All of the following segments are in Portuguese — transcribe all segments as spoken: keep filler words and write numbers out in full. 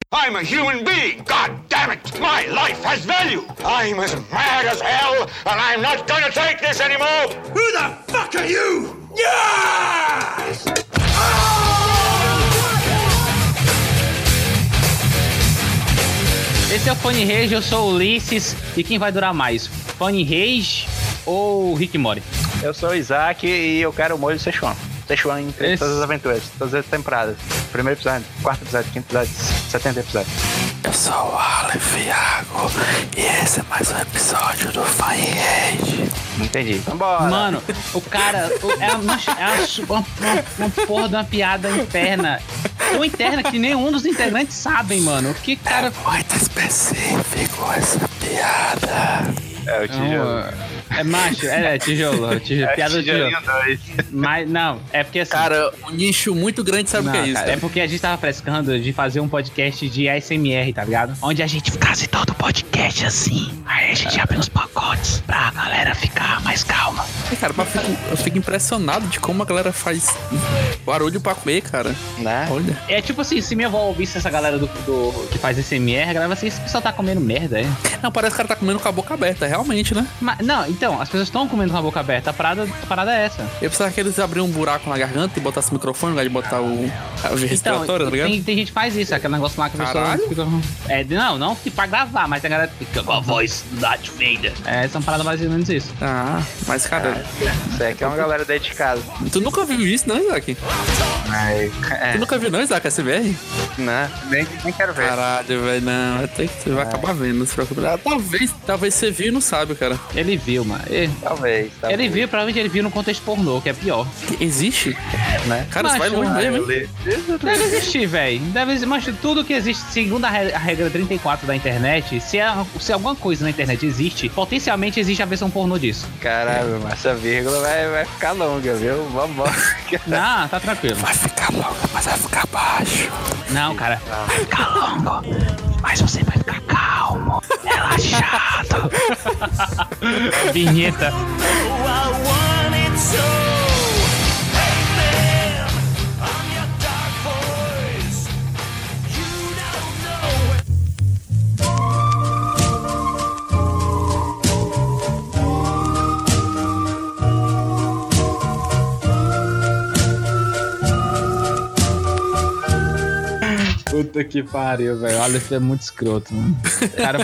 I'm a human being. God damn it. My life has value. I'm as mad as hell, and I'm not gonna take this anymore. Who the fuck are you? Yes! Esse é o Funny Rage, eu sou o Ulisses. E quem vai durar mais? Funny Rage ou Rick Mori? Eu sou o Isaac e eu quero o molho Szechuan. Szechuan em Esse... todas as aventuras, todas as temporadas. Primeiro episódio, quarto episódio, quinto episódio, setenta episódios. Eu sou o Aleph Iago e esse é mais um episódio do Funny Rage. Entendi. Vambora. Mano, o cara o, é, uma, é uma, uma, uma porra de uma piada interna. Tão interna que nenhum dos integrantes sabem, mano. Que cara. É muito específico essa piada. É o tijolo. É macho, é, é tijolo, tijolo é piada do tijolo. Mas não, é porque assim. Cara, um nicho muito grande, sabe o que é isso? Cara, é porque a gente tava frescando de fazer um podcast de A S M R, tá ligado? Onde a gente ficasse todo podcast assim. Aí a gente abre uns pacotes pra galera ficar mais calma. É, cara, eu fico, eu fico impressionado de como a galera faz barulho pra comer, cara. Né? Olha. É tipo assim, se minha avó ouvisse essa galera do, do que faz A S M R, a galera vai assim, esse pessoal tá comendo merda, é? Não, parece que o cara tá comendo com a boca aberta, realmente, né? Mas, não, então, as pessoas estão comendo com a boca aberta. A parada, a parada é essa. Eu precisava que eles abriam um buraco na garganta e botassem o microfone, ao invés de botar o a respiratória, então, tá ligado? Tem, tem gente que faz isso, aquele negócio lá que a pessoa fica, é, não, não pra gravar, mas a galera fica com a voz do Darth Vader. É, são paradas mais ou menos isso. Ah, mas cara, isso aqui é uma galera dedicada. Tu nunca viu isso, não, Isaac? Ai, é. Tu nunca viu, não, Isaac, S B R? Não, nem, nem quero ver. Caralho, velho, não. Até que você vai é. acabar vendo, não se preocupe. Ah, talvez, talvez você viu e não sabe, cara. Ele viu, mano. Ele, talvez, talvez. Ele viu, provavelmente ele viu no contexto pornô, que é pior. Que existe? Né? Cara, isso vai longe mesmo, hein? Deve existir, velho. Deve existir, mas tudo que existe, segundo a regra trinta e quatro da internet, se, é, se alguma coisa na internet existe, potencialmente existe a versão pornô disso. Caralho, mas essa vírgula vai, vai ficar longa, viu? Vambora. Não, tá tranquilo. Vai ficar longa, mas vai ficar baixo. Não, cara, vai ficar longo, mas você vai ficar calmo, relaxado. Vinheta. Puta que pariu, velho. Olha, isso é muito escroto, mano. Cara,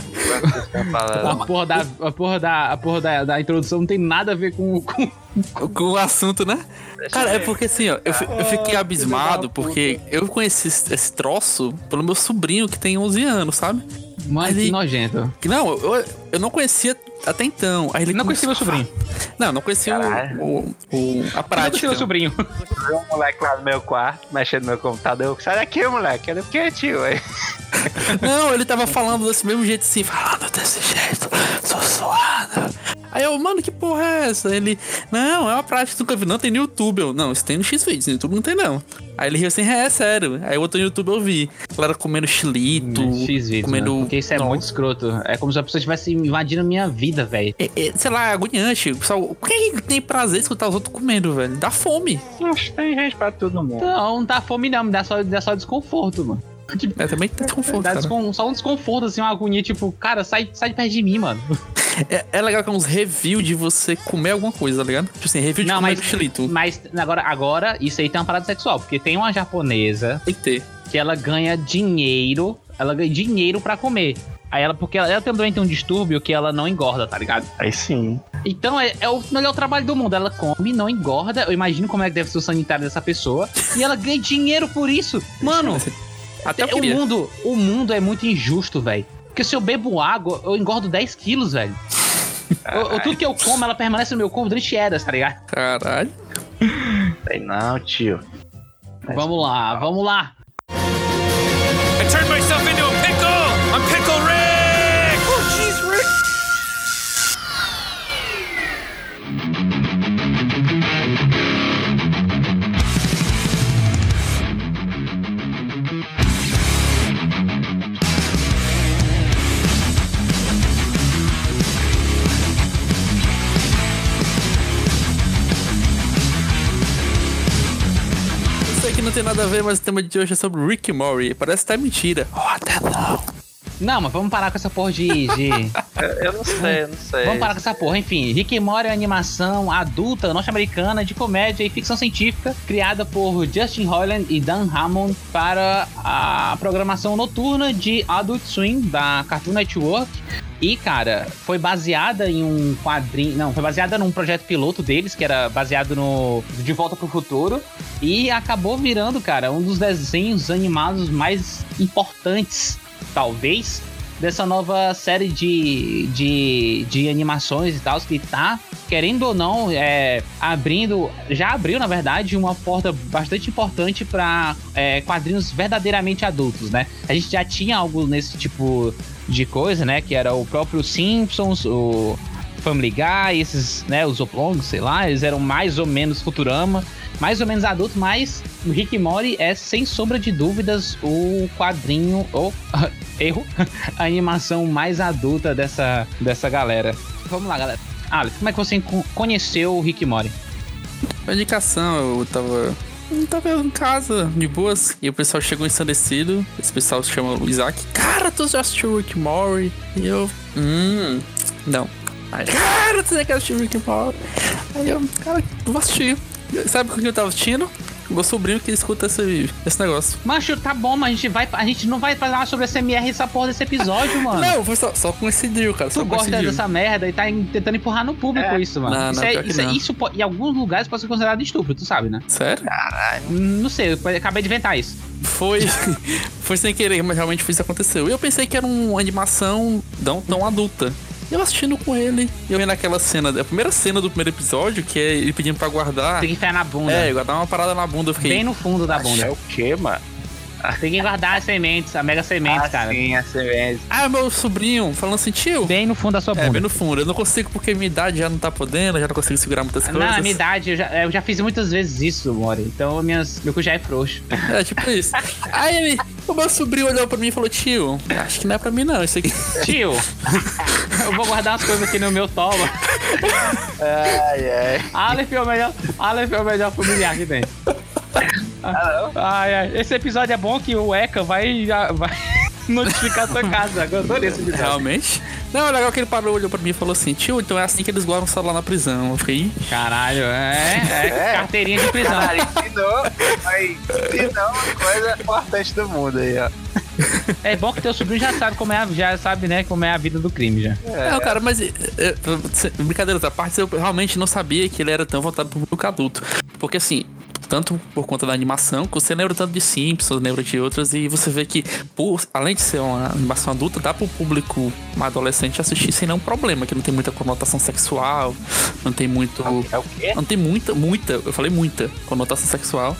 a porra da, a porra da, a porra da, da introdução não tem nada a ver com, com... com o assunto, né? Cara, é porque assim, ó, eu, eu fiquei abismado porque eu conheci esse, esse troço pelo meu sobrinho que tem onze anos, sabe? Mas que nojento. Não, eu, eu não conhecia até então. Aí ele não conhecia meu sobrinho. Não, não conhecia o, o, o, a prática. Não conhecia meu sobrinho. Um moleque lá no meu quarto, mexendo no meu computador. Sai daqui, moleque. Ele fiquei tio, aí. Não, ele tava falando desse mesmo jeito assim, falando desse jeito, sou suado. Aí eu, mano, que porra é essa? Ele, não, é uma prática que tu nunca vi, não, tem no YouTube. Eu, não, isso tem no X-Videos, no YouTube não tem não. Aí ele riu assim, é, é sério. Aí outro no YouTube eu vi. Galera comendo xilito. X-Videos, comendo... Mano, porque isso é não. muito escroto. É como se a pessoa estivesse invadindo a minha vida, velho. É, é, sei lá, agoniante. Pessoal, quem tem prazer em escutar os outros comendo, velho? Dá fome. Nossa, tem gente pra todo mundo. Não, não dá fome não, me dá só, dá só desconforto, mano. Tipo, é, também tem desconforto, dá descon... Só um desconforto, assim, uma agonia, tipo, cara, sai, sai de perto de mim, mano. É, é legal que é uns reviews de você comer alguma coisa, tá ligado? Tipo assim, review de não, comer mas, xilito. Mas agora, agora, isso aí tem uma parada sexual, porque tem uma japonesa tem que ter. Que ela ganha dinheiro, ela ganha dinheiro pra comer. Aí ela, porque ela, ela também tem um distúrbio que ela não engorda, tá ligado? Aí sim. Então é, é o melhor trabalho do mundo. Ela come, não engorda. Eu imagino como é que deve ser o sanitário dessa pessoa. E ela ganha dinheiro por isso. Mano, até o mundo, o mundo é muito injusto, velho. Porque se eu bebo água, eu engordo dez quilos, velho. eu, eu, tudo que eu como, ela permanece no meu corpo durante eras, tá ligado? Caralho. Sei não, tio. Mas vamos lá, vamos lá. I turned myself into a pickle! I'm Pickle Rick! Oh, jeez, Rick! tem nada a ver, mas o tema de hoje é sobre Rick e Morty. Parece até mentira. Oh, até não. Não, mas vamos parar com essa porra de... de... Eu não sei, eu não sei. Vamos parar com essa porra. Enfim, Rick e Morty é uma animação adulta, norte-americana, de comédia e ficção científica, criada por Justin Roiland e Dan Harmon para a programação noturna de Adult Swim, da Cartoon Network. E, cara, foi baseada em um quadrinho... Não, foi baseada num projeto piloto deles, que era baseado no De Volta pro Futuro. E acabou virando, cara, um dos desenhos animados mais importantes, talvez, dessa nova série de, de, de animações e tal, que tá, querendo ou não, é, abrindo, já abriu, na verdade, uma porta bastante importante para é, quadrinhos verdadeiramente adultos, né? A gente já tinha algo nesse tipo de coisa, né? Que era o próprio Simpsons, o Family Guy, esses, né? Os Oblongs, sei lá, eles eram mais ou menos Futurama, mais ou menos adulto, mas o Rick e Morty é, sem sombra de dúvidas, o quadrinho, ou, erro, a animação mais adulta dessa, dessa galera. Vamos lá, galera. Alex, como é que você conheceu o Rick e Morty? A indicação, eu tava... Eu tava em casa, de boas, e o pessoal chegou ensandecido. Esse pessoal se chama o Isaac. Cara, tu já assistiu Rick e Morty? E eu... Hum... Não. Aí, cara, tu já assistiu Rick e Morty? Aí eu... Cara, eu vou assistir. Sabe com quem eu tava assistindo? Meu sobrinho que escuta esse, esse negócio. Macho, tá bom, mas a gente, vai, a gente não vai falar sobre S M R essa porra desse episódio, mano. Não, foi só, só com esse drill, cara. Tu só gosta com esse dessa merda e tá tentando empurrar no público é. isso, mano. Não, isso, não, é, pior que isso, é, não. isso pode, em alguns lugares pode ser considerado estupro, tu sabe, né? Sério? Caralho. Não sei, eu acabei de inventar isso. Foi, foi sem querer, mas realmente isso aconteceu. E eu pensei que era uma animação não tão adulta. Eu assistindo com ele, eu vendo aquela cena, a primeira cena do primeiro episódio, que é ele pedindo pra guardar. Tem que enfiar na bunda. É, guardar uma parada na bunda, eu fiquei... Bem no fundo da bunda. É o quê, mano? Tem que guardar as sementes, a mega semente, ah, cara. Sim, as sementes. Ah, meu sobrinho falando assim, tio. Bem no fundo da sua bunda. É, bem no fundo. Eu não consigo porque minha idade já não tá podendo, eu já não consigo segurar muitas coisas. Não, a minha idade, eu já, eu já fiz muitas vezes isso, Mori. Então minhas, meu cu já é frouxo. É, tipo isso. Aí ele, o meu sobrinho olhou pra mim e falou, tio, acho que não é pra mim não, isso aqui. Tio, eu vou guardar umas coisas aqui no meu toba. Ai, ai. Aleph é o melhor, Aleph é o melhor familiar que tem. Ai, ai. Esse episódio é bom que o Eka vai, vai notificar a sua casa. Eu adorei esse episódio. Realmente? Não, é legal que ele parou, olhou pra mim e falou assim, tio, então é assim que eles guardam o celular na prisão. Eu fiquei... Caralho, é, é, é. Carteirinha de prisão. Caralho, ensinou, aí, ensinou uma coisa importante do mundo aí, ó. É bom que teu sobrinho já sabe como é a, já sabe, né, como é a vida do crime já. É. Não, cara, mas é, é, brincadeiras à parte, eu realmente não sabia que ele era tão voltado pro público adulto. Porque assim, tanto por conta da animação, que você lembra tanto de Simpsons, lembra de outras, e você vê que, por, além de ser uma animação adulta, dá pro público adolescente assistir sem nenhum problema, que não tem muita conotação sexual, não tem muito... É o quê? Não tem muita, muita, eu falei muita conotação sexual.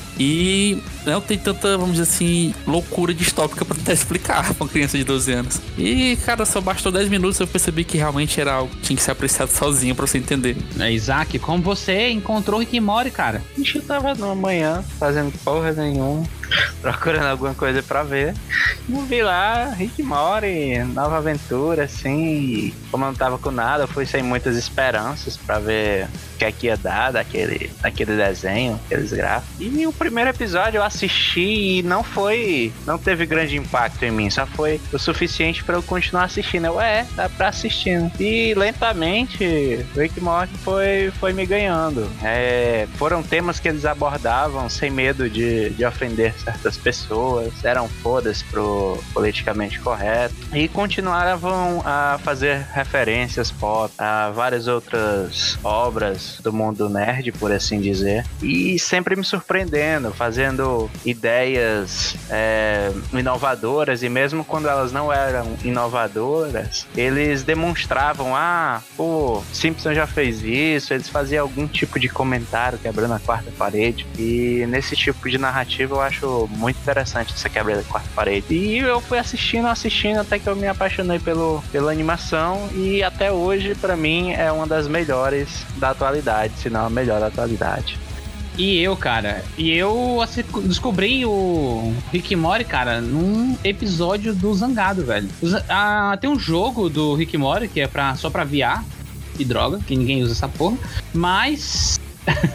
E não tem tanta, vamos dizer assim, loucura distópica pra tentar explicar pra uma criança de doze anos. E, cara, só bastou dez minutos eu percebi que realmente era algo que tinha que ser apreciado sozinho pra você entender. É, Isaac, como você encontrou Rick e Morty, cara? Bicho, eu tava numa manhã fazendo porra nenhuma, procurando alguma coisa pra ver. Não vi lá, Rick e Morty, nova aventura, assim. Como eu não tava com nada, eu fui sem muitas esperanças pra ver o que é que ia dar daquele, daquele desenho, aqueles gráficos. E o primeiro episódio eu assisti e não foi, não teve grande impacto em mim, só foi o suficiente pra eu continuar assistindo. Eu, é, dá pra assistir. E lentamente, Rick e Morty foi, foi me ganhando. É, foram temas que eles abordavam sem medo de, de ofender certas pessoas, eram fodas pro politicamente correto e continuavam a fazer referências pop a várias outras obras do mundo nerd, por assim dizer, e sempre me surpreendendo, fazendo ideias é, inovadoras, e mesmo quando elas não eram inovadoras, eles demonstravam, ah, pô, Simpson já fez isso, eles faziam algum tipo de comentário quebrando a quarta parede, e nesse tipo de narrativa eu acho muito interessante essa quebra da quarta parede. E eu fui assistindo, assistindo, até que eu me apaixonei pelo, pela animação, e até hoje, pra mim, é uma das melhores da atualidade, se não a melhor da atualidade. E eu, cara, e eu assim, descobri o Rick e Morty, cara, num episódio do Zangado, velho. Ah, tem um jogo do Rick e Morty que é pra, só pra V R, que droga, que ninguém usa essa porra, mas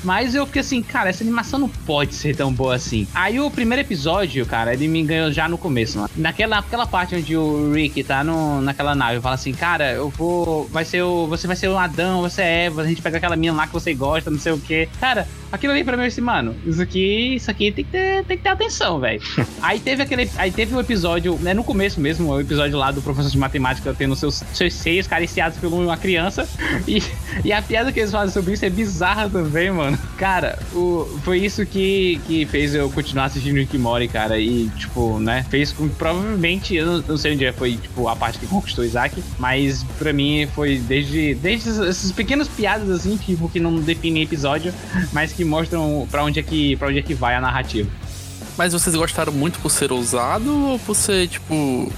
Mas eu fiquei assim, cara, essa animação não pode ser tão boa assim. Aí o primeiro episódio, cara, ele me ganhou já no começo, mano. Naquela, naquela parte onde o Rick tá no, naquela nave, fala assim, cara, eu vou... Vai ser o... Você vai ser o Adão, você é Eva, a gente pega aquela mina lá que você gosta, não sei o quê. Cara, aquilo ali pra mim, assim, mano, isso aqui, isso aqui tem que ter, tem que ter atenção, velho. Aí teve aquele... Aí teve um episódio, né, no começo mesmo, o episódio lá do professor de matemática tendo seus, seus seios cariciados por uma criança. E, e a piada que eles fazem sobre isso é bizarra também, mano. Cara, o, foi isso que, que fez eu continuar assistindo Rick e Morty, cara. E, tipo, né, fez com que provavelmente, eu não, não sei onde é, foi, tipo, a parte que conquistou o Isaac, mas pra mim foi desde, desde essas pequenas piadas, assim, tipo, que não definem episódio, mas que mostram pra onde é que, pra onde é que vai a narrativa. Mas vocês gostaram muito por ser ousado ou por ser, tipo...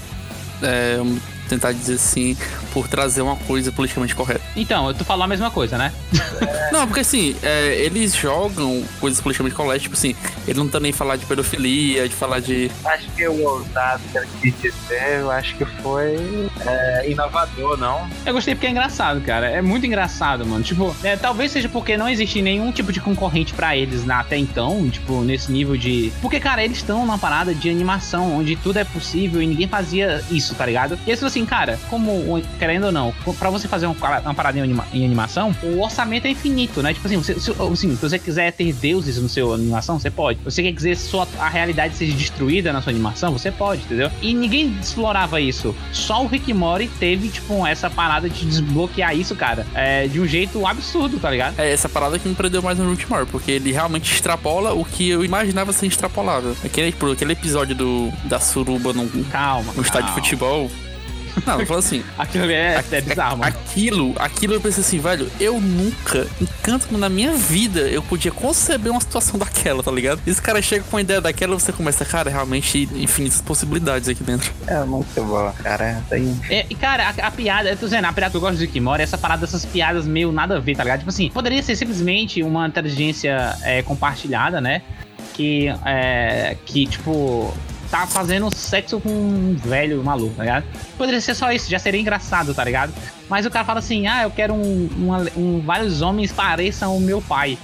É, tentar dizer assim, por trazer uma coisa politicamente correta? Então, tu falou a mesma coisa, né? Não, porque assim, é, eles jogam coisas politicamente corretas, tipo assim, ele não tá nem falar de pedofilia, de falar de... Acho que o ousado que ele quis dizer, eu acho que foi é, inovador, não? Eu gostei porque é engraçado, cara. É muito engraçado, mano. Tipo, é, talvez seja porque não existe nenhum tipo de concorrente pra eles na, até então, tipo, nesse nível de... Porque, cara, eles estão numa parada de animação, onde tudo é possível e ninguém fazia isso, tá ligado? E eles falam assim, cara, como, querendo ou não, pra você fazer um, uma parada em, anima, em animação, o orçamento é infinito, né? Tipo assim, você, se, assim, se você quiser ter deuses no seu animação, você pode. Se você quer dizer que sua, a realidade seja destruída na sua animação, você pode, entendeu? E ninguém explorava isso. Só o Rick e Morty teve, tipo, essa parada de desbloquear isso, cara, é, de um jeito absurdo, tá ligado? É essa parada que me prendeu mais no Rick e Morty, porque ele realmente extrapola o que eu imaginava ser extrapolável. Aquele, aquele episódio do, da suruba no, calma, no estádio de futebol... Não, eu falo assim. Aquilo é, é bizarro, mano. Aquilo, aquilo eu pensei assim, velho, eu nunca, em canto na minha vida, eu podia conceber uma situação daquela, tá ligado? E esse cara chega com uma ideia daquela, você começa, cara, realmente infinitas possibilidades aqui dentro. É muito bom, cara. Tem... É, e, cara, a, a piada, eu tô dizendo, a piada que eu gosto de Rick e Morty é essa parada dessas piadas meio nada a ver, tá ligado? Tipo assim, poderia ser simplesmente uma inteligência é, compartilhada, né? Que, é, que, tipo... tá fazendo sexo com um velho maluco, tá ligado? Poderia ser só isso, já seria engraçado, tá ligado? Mas o cara fala assim, ah, eu quero um, uma, um vários homens pareçam o meu pai.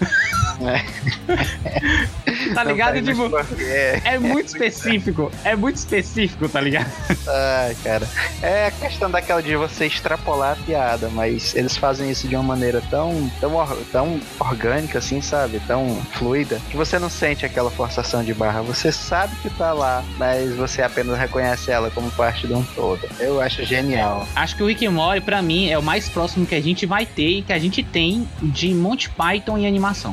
É. Tá ligado? Não, tipo, é, é muito específico, é muito específico, tá ligado? Ah, cara. É a questão daquela de você extrapolar a piada, mas eles fazem isso de uma maneira tão, tão, tão orgânica, assim, sabe? Tão fluida, que você não sente aquela forçação de barra. Você sabe que tá lá, mas você apenas reconhece ela como parte de um todo. Eu acho genial. Acho que o Rick e Morty, pra mim, é o mais próximo que a gente vai ter e que a gente tem de Monty Python em animação.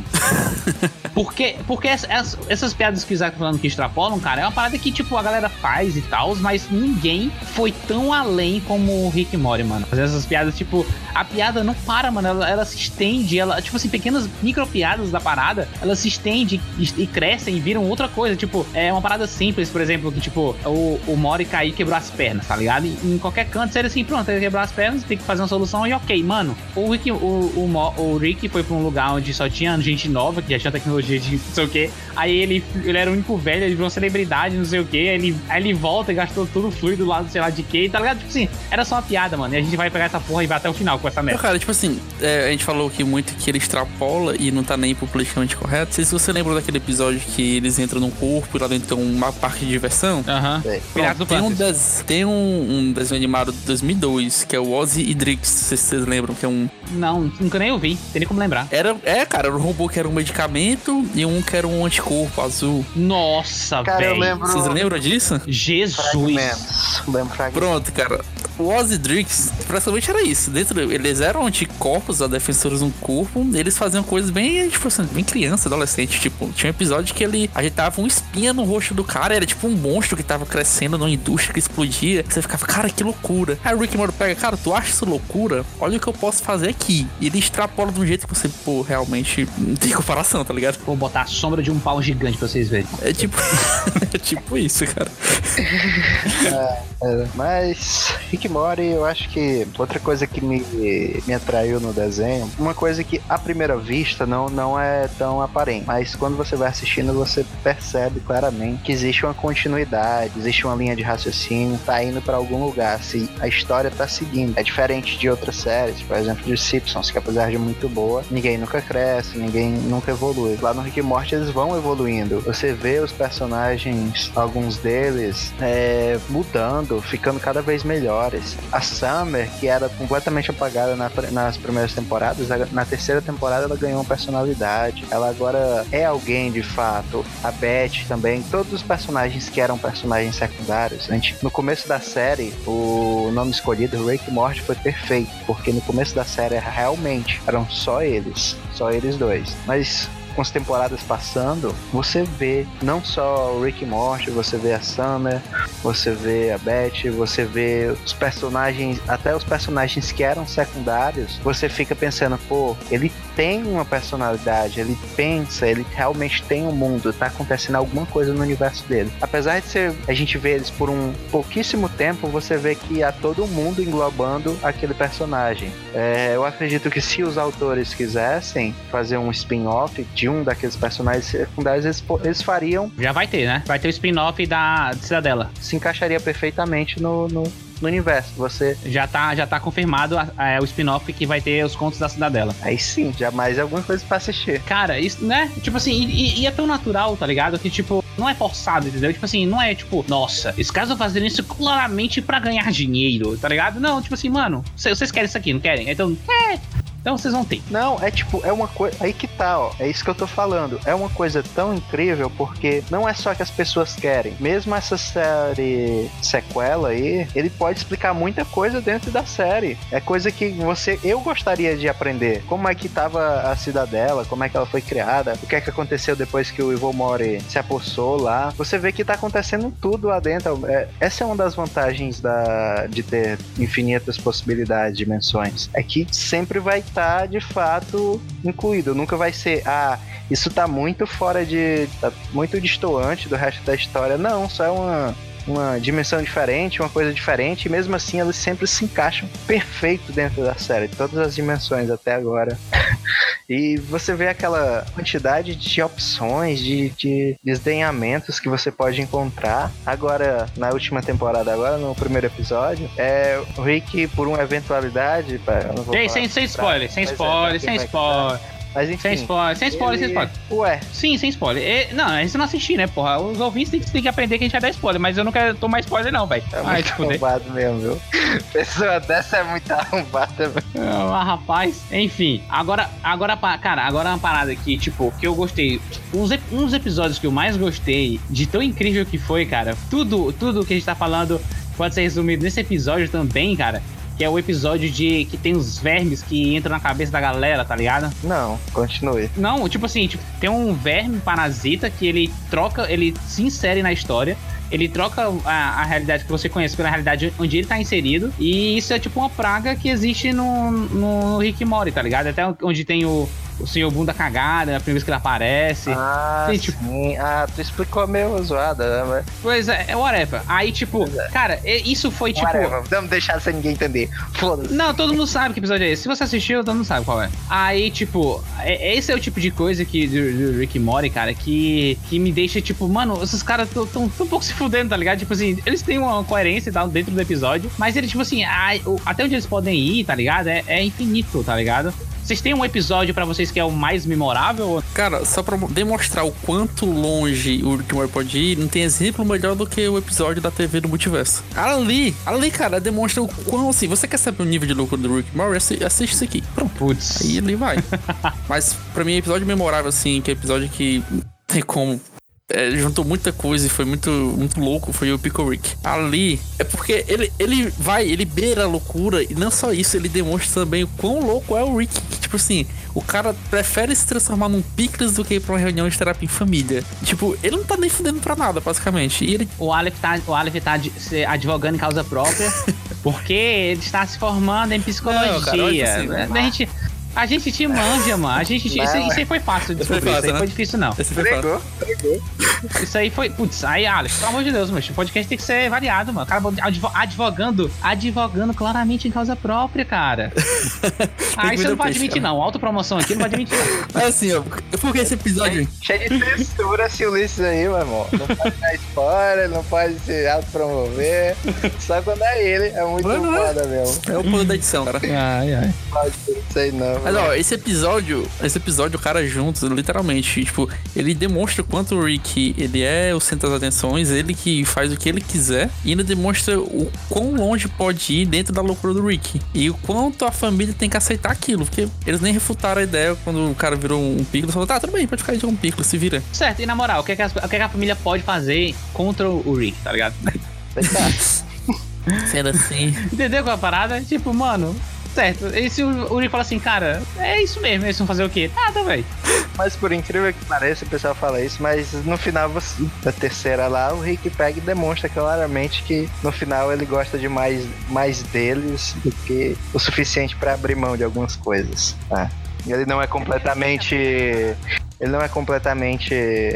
Porque, porque essas, essas piadas que o Isaac tá falando que extrapolam, cara, é uma parada que, tipo, a galera faz e tal, mas ninguém foi tão além como o Rick e Morty, mano. Fazer essas piadas, tipo, a piada não para, mano, ela, ela se estende, ela, tipo assim, pequenas micro piadas da parada, ela se estende e, e crescem e viram outra coisa, tipo, é uma parada simples, por exemplo, que, tipo, o, o Morty caiu e quebrou as pernas, tá ligado? E, em qualquer canto, seria assim, pronto, ele quebrou as pernas, tem que fazer uma solução e ok, mano, o Rick, o, o, o Rick foi pra um lugar onde só tinha gente nova, que já tinha tecnologia de não sei o que, aí ele, ele era o único velho, ele virou uma celebridade, não sei o que, aí ele, aí ele volta e gastou tudo fluido lá, sei lá de que, tá ligado? Tipo assim, era só uma piada, mano, e a gente vai pegar essa porra e vai até o final com essa merda. Cara, tipo assim, é, a gente falou aqui muito que ele extrapola e não tá nem pro politicamente correto. Não sei se você lembra daquele episódio que eles entram num corpo e lá dentro tem uma parque de diversão. Aham. Uhum. Tem, um, des, tem um, um desenho animado de dois mil e dois, que é o Ozzy e Drix, não sei se vocês lembram, que é um... Não, nunca nem ouvi, tem nem como lembrar. Era, é, cara, era um robô que era um medicamento e um que era um anticorpo azul. Nossa, velho. Lembro... Vocês lembram disso? Jesus. Fragmentos. Lembro fragmentos. Pronto, cara. O Ozzy e Drix, praticamente era isso. Dentro, eles eram anticorpos, ó, defensores no corpo. Eles faziam coisas bem, tipo assim, bem criança, adolescente. Tipo, tinha um episódio que ele ajeitava um espinha no rosto do cara. Era tipo um monstro que tava crescendo numa indústria que explodia. Você ficava, cara, que loucura. Aí o Rick e Morty pega, cara, tu acha isso loucura? Olha o que eu posso fazer aqui. E ele extrapola de um jeito que você, pô, realmente não tem comparação, tá ligado? Vou botar a sombra de um pau gigante pra vocês verem. É tipo, é tipo isso, cara. É, é, mas Rick Rick e Morty, eu acho que outra coisa que me, me atraiu no desenho, uma coisa que à primeira vista não, não é tão aparente, mas quando você vai assistindo, você percebe claramente que existe uma continuidade, existe uma linha de raciocínio, tá indo pra algum lugar, se a história tá seguindo. É diferente de outras séries, por exemplo, de Simpsons, que apesar de muito boa, ninguém nunca cresce, ninguém nunca evolui. Lá no Rick e Morty eles vão evoluindo. Você vê os personagens, alguns deles, é, mudando, ficando cada vez melhores. A Summer, que era completamente apagada na, nas primeiras temporadas, na terceira temporada ela ganhou uma personalidade. Ela agora é alguém de fato. A Beth também. Todos os personagens que eram personagens secundários. A gente, no começo da série, o nome escolhido, Rick e Morty, foi perfeito. Porque no começo da série, realmente, eram só eles. Só eles dois. Mas com as temporadas passando, você vê não só o Rick e Morty, você vê a Summer, você vê a Beth, você vê os personagens, até os personagens que eram secundários, você fica pensando, pô, ele tem uma personalidade, ele pensa, ele realmente tem um mundo, tá acontecendo alguma coisa no universo dele. Apesar de ser, a gente ver eles por um pouquíssimo tempo, você vê que há todo mundo englobando aquele personagem. É, eu acredito que se os autores quisessem fazer um spin-off de um daqueles personagens secundários, eles, eles fariam. Já vai ter, né? Vai ter o spin-off da Cidadela. Se encaixaria perfeitamente no, no, no universo. Você já tá, já tá confirmado a, a, o spin-off que vai ter os contos da Cidadela. Aí sim, já mais alguma coisa pra assistir. Cara, isso, né? Tipo assim, e, e é tão natural, tá ligado? Que, tipo, não é forçado, entendeu? Tipo assim, não é tipo, nossa, esses caras estão fazendo isso claramente pra ganhar dinheiro, tá ligado? Não, tipo assim, mano, vocês querem isso aqui, não querem? Então, é. Então vocês vão ter. Não, é tipo, é uma coisa. Aí que tá, ó. É isso que eu tô falando. É uma coisa tão incrível porque não é só que as pessoas querem. Mesmo essa série sequela aí, ele pode explicar muita coisa dentro da série. É coisa que você. Eu gostaria de aprender. Como é que tava a Cidadela, como é que ela foi criada, o que é que aconteceu depois que o Ivo Mori se apossou lá. Você vê que tá acontecendo tudo lá dentro. É, essa é uma das vantagens da, de ter infinitas possibilidades, dimensões. É que sempre vai tá de fato incluído, nunca vai ser, ah, isso tá muito fora de, tá muito destoante do resto da história, não, só é uma, uma dimensão diferente, uma coisa diferente, e mesmo assim eles sempre se encaixam perfeito dentro da série, todas as dimensões até agora. E você vê aquela quantidade de opções, de, de desdenhamentos que você pode encontrar. Agora, na última temporada, agora no primeiro episódio, é o Rick, por uma eventualidade... Eu não vou Ei, sem, sem spoiler, sem spoiler, sem spoiler. Mas enfim, sem spoiler, sem spoiler, ele... sem spoiler. Ué. Sim, sem spoiler. E, não, a gente não assistir, né, porra? Os ouvintes têm que, têm que aprender que a gente vai dar spoiler, mas eu não quero tomar spoiler, não, velho. É muito arrombado mesmo, viu? Pessoa dessa é muito arrombada, velho. Ah, rapaz. Enfim, agora, agora, cara, agora uma parada aqui, tipo, que eu gostei. Uns, uns episódios que eu mais gostei, de tão incrível que foi, cara. Tudo, tudo que a gente tá falando pode ser resumido nesse episódio também, cara. Que é o episódio de que tem os vermes que entram na cabeça da galera, tá ligado? Não, continue. Não, tipo assim, tipo, tem um verme parasita que ele troca, ele se insere na história. Ele troca a, a realidade que você conhece pela realidade onde ele tá inserido. E isso é tipo uma praga que existe no, no Rick e Morty, tá ligado? Até onde tem o, o senhor Bunda Cagada, a primeira vez que ele aparece. Ah, tem, sim. Tipo... Ah, tu explicou meio zoada, né? Pois é, é whatever. Aí, tipo, é. cara, isso foi tipo... Whatever, vamos deixar sem ninguém entender. Foda-se. Não, todo mundo sabe que episódio é esse. Se você assistiu, todo mundo sabe qual é. Aí, tipo, é, esse é o tipo de coisa que do, do Rick e Morty, cara, que, que me deixa, tipo, mano, esses caras tão, tão, tão um pouco se fudendo, tá ligado? Tipo assim, eles têm uma coerência e tal dentro do episódio, mas ele, tipo assim, ai, o, até onde eles podem ir, tá ligado? É, é infinito, tá ligado? Vocês têm um episódio pra vocês que é o mais memorável? Cara, só pra demonstrar o quanto longe o Rick and Morty pode ir, não tem exemplo melhor do que o episódio da T V do Multiverso. Ali, ali, cara, demonstra o quão, assim, você quer saber o nível de loucura do Rick and Morty, assiste isso aqui. Pronto. Putz. Aí ele vai. Mas pra mim, episódio memorável, assim, que é episódio que tem como... É, juntou muita coisa e foi muito, muito louco, foi o Pickle Rick. Ali, é porque ele, ele vai, ele beira a loucura, e não só isso, ele demonstra também o quão louco é o Rick. Tipo assim, o cara prefere se transformar num Pickles do que ir pra uma reunião de terapia em família. Tipo, ele não tá nem fudendo pra nada, basicamente. E ele... O Aleph tá, o Aleph tá advogando em causa própria, porque ele está se formando em psicologia. Não, cara, assim, né? A gente... A gente te manja, mano. A gente te... Isso, isso aí foi fácil de descobrir. Isso aí foi difícil, não. Pregou, pregou. Isso aí foi... Putz, aí, Alex, pelo amor de Deus, mas o podcast tem que ser variado, mano. O cara advo- advogando, advogando claramente em causa própria, cara. Ah, isso não pode admitir, não. Autopromoção aqui não pode admitir, não. Assim, ó, porque esse episódio... Cheio de textura esse Ulisses aí, meu irmão. Não pode dar spoiler, não pode se autopromover. Só quando é ele, é muito Mano, foda mesmo. É o poder da edição, cara. Ai, ai. Não sei não. Mas ó, esse episódio, esse episódio, o cara juntos, literalmente, tipo, ele demonstra o quanto o Rick, ele é o centro das atenções, ele que faz o que ele quiser, e ainda demonstra o quão longe pode ir dentro da loucura do Rick. E o quanto a família tem que aceitar aquilo, porque eles nem refutaram a ideia quando o cara virou um piccolo, falou, tá, tudo bem, pode ficar aí de um piccolo, se vira. Certo, e na moral, o que, é que, a, o que, é que a família pode fazer contra o Rick, tá ligado? Sendo assim... Entendeu qual é a parada? Tipo, mano... Certo, e se o Rick fala assim, cara, é isso mesmo, eles vão fazer o quê? Nada, velho. Mas por incrível que pareça, o pessoal fala isso, mas no final, da terceira lá, o Rick pega e demonstra claramente que no final ele gosta de mais, mais deles do que o suficiente pra abrir mão de algumas coisas, tá? Ele não é completamente... Ele não é completamente...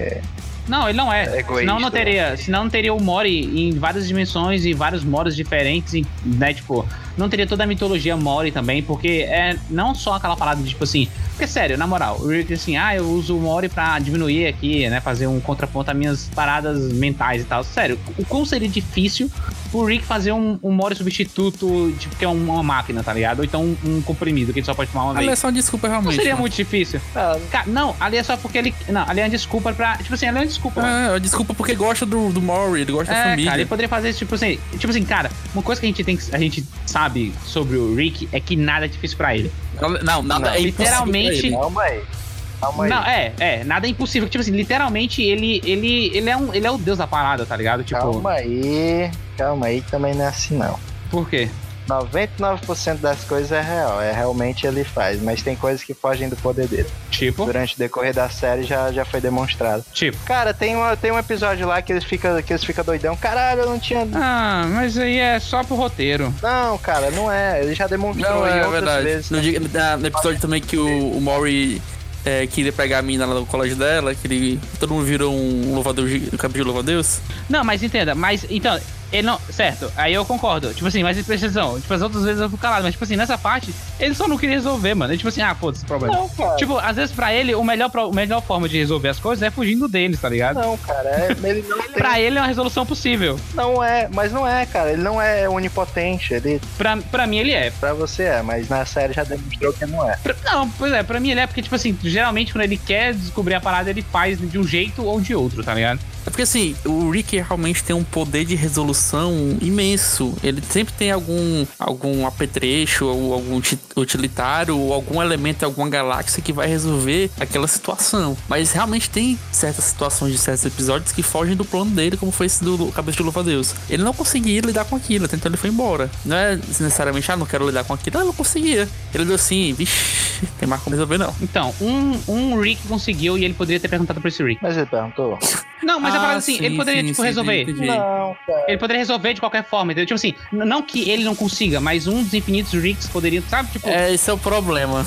Não, ele não é. Egoísta, senão não teria, né? senão não teria o Mori em várias dimensões e vários Moris diferentes, né? Tipo, não teria toda a mitologia Mori também, porque é não só aquela parada de tipo assim. Porque sério, na moral, o Rick assim, ah, eu uso o Mori pra diminuir aqui, né? Fazer um contraponto às minhas paradas mentais e tal. Sério, o quão seria difícil o Rick fazer um, um Mori substituto, tipo, que é uma máquina, tá ligado? Ou então um, um comprimido que ele só pode tomar uma Ali é vez. só uma desculpa, realmente. Não seria né? muito difícil. Ah, Cara, não, ali é só porque ele. Não, ali é uma desculpa pra. Tipo assim, ali é uma desculpa. É, desculpa porque gosta do, do Mori, ele gosta da É, família. cara, ele poderia fazer tipo assim, tipo assim, cara, uma coisa que a gente tem que, a gente sabe sobre o Rick é que nada é difícil pra ele. Não, nada Não, é literalmente- impossível pra ele. calma aí. Calma aí. Não, é, é, nada é impossível. Tipo assim, literalmente ele, ele, ele é um, ele é o deus da parada, tá ligado? Tipo, Calma aí. Calma aí, que também não é assim não. por quê? noventa e nove por cento das coisas é real, é realmente ele faz, mas tem coisas que fogem do poder dele. Tipo, Durante o decorrer da série já, já foi demonstrado. tipo. Cara, tem, uma, tem um episódio lá que eles ficam que eles ficam doidão. Caralho, eu não tinha. Ah, mas aí é só pro roteiro. Não, cara, não é. Ele já demonstrou Não, em é outras verdade. vezes. No, dia- na- no episódio também que o, o Mori é, queria pegar a mina lá no colégio dela, que ele, todo mundo virou um louva-deus, um cabelo de louva-deus. Não, mas entenda, mas então, ele não. Certo, aí eu concordo. Tipo assim, mas presta atenção. Tipo, as outras vezes eu fico calado, mas tipo assim, nessa parte, ele só não queria resolver, mano. Ele, tipo assim, ah, pô, esse problema. Não, cara. Tipo, às vezes pra ele, o melhor, pro- a melhor forma de resolver as coisas é fugindo deles, tá ligado? Não, cara, é- ele não tem. Pra ele é uma resolução possível. Não é, mas não é, cara. Ele não é onipotente. Ele, Pra, pra mim ele é. pra você é, mas na série já demonstrou que não é. Pra- não, pois é, pra mim ele é porque, tipo assim, geralmente quando ele quer descobrir a parada, ele faz de um jeito ou de outro, tá ligado? É porque assim, o Rick realmente tem um poder de resolução imenso. Ele sempre tem algum, algum apetrecho, ou algum uti- utilitário, ou algum elemento, alguma galáxia que vai resolver aquela situação. Mas realmente tem certas situações de certos episódios que fogem do plano dele, como foi esse do Cabeça de Louva-Deus. Ele não conseguia lidar com aquilo, então ele foi embora. Não é necessariamente, ah, não quero lidar com aquilo. Não, ele não conseguia. Ele deu assim, vixi, tem mais como resolver não. Então, um, um Rick conseguiu e ele poderia ter perguntado pra esse Rick. Mas ele perguntou. Não, mas a Ah, parada assim, sim, ele poderia, sim, tipo, sim, resolver. entendi. Não, cara. Ele poderia resolver de qualquer forma, entendeu? Tipo assim, n- não que ele não consiga, mas um dos infinitos Ricks poderia, sabe? Tipo, É, esse é o problema.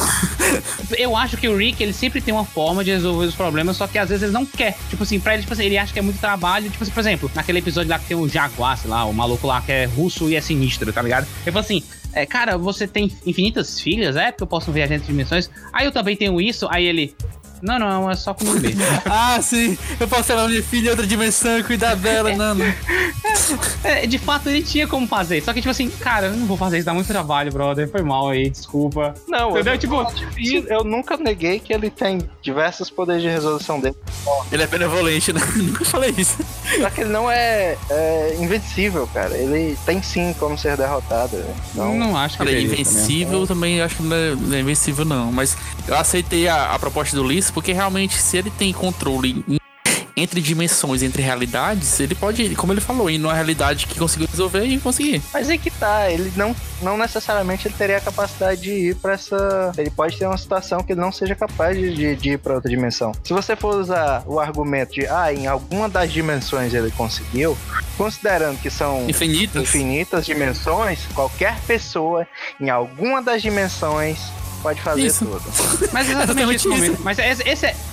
eu acho que o Rick, ele sempre tem uma forma de resolver os problemas, só que às vezes ele não quer. Tipo assim, pra ele, tipo assim, ele acha que é muito trabalho. Tipo assim, por exemplo, naquele episódio lá que tem o Jaguar, sei lá, o maluco lá que é russo e é sinistro, tá ligado? Ele falou assim, é, cara, você tem infinitas filhas? É, porque eu posso viajar entre dimensões. Aí eu também tenho isso, aí ele... Não, não, é só comigo mesmo. Ah, sim. Eu posso levar minha filha em outra dimensão e cuidar dela, não, não. É, de fato, ele tinha como fazer. Só que, tipo assim, cara, eu não vou fazer isso, dá muito trabalho, brother. Foi mal aí, desculpa. Não, Entendeu? eu, Tipo, E eu nunca neguei que ele tem diversos poderes de resolução dele. Ele é benevolente, né? Nunca falei isso. Só que ele não é, é invencível, cara. Ele tem sim como ser derrotado. não, Não, não acho que Olha, ele é invencível também acho que não é, não é invencível, não. Mas eu aceitei a, a proposta do Ulisses porque realmente, se ele tem controle em- entre dimensões, entre realidades, ele pode, como ele falou, ir numa realidade que conseguiu resolver e conseguir. mas é que tá, ele não, não necessariamente ele teria a capacidade de ir pra essa. Ele pode ter uma situação que ele não seja capaz de, de, de ir pra outra dimensão. Se você for usar o argumento de, ah, em alguma das dimensões ele conseguiu, considerando que são Infinitas. infinitas dimensões, qualquer pessoa em alguma das dimensões pode fazer Isso. tudo. Mas exatamente Exatamente esse momento. isso. Mas esse, esse é,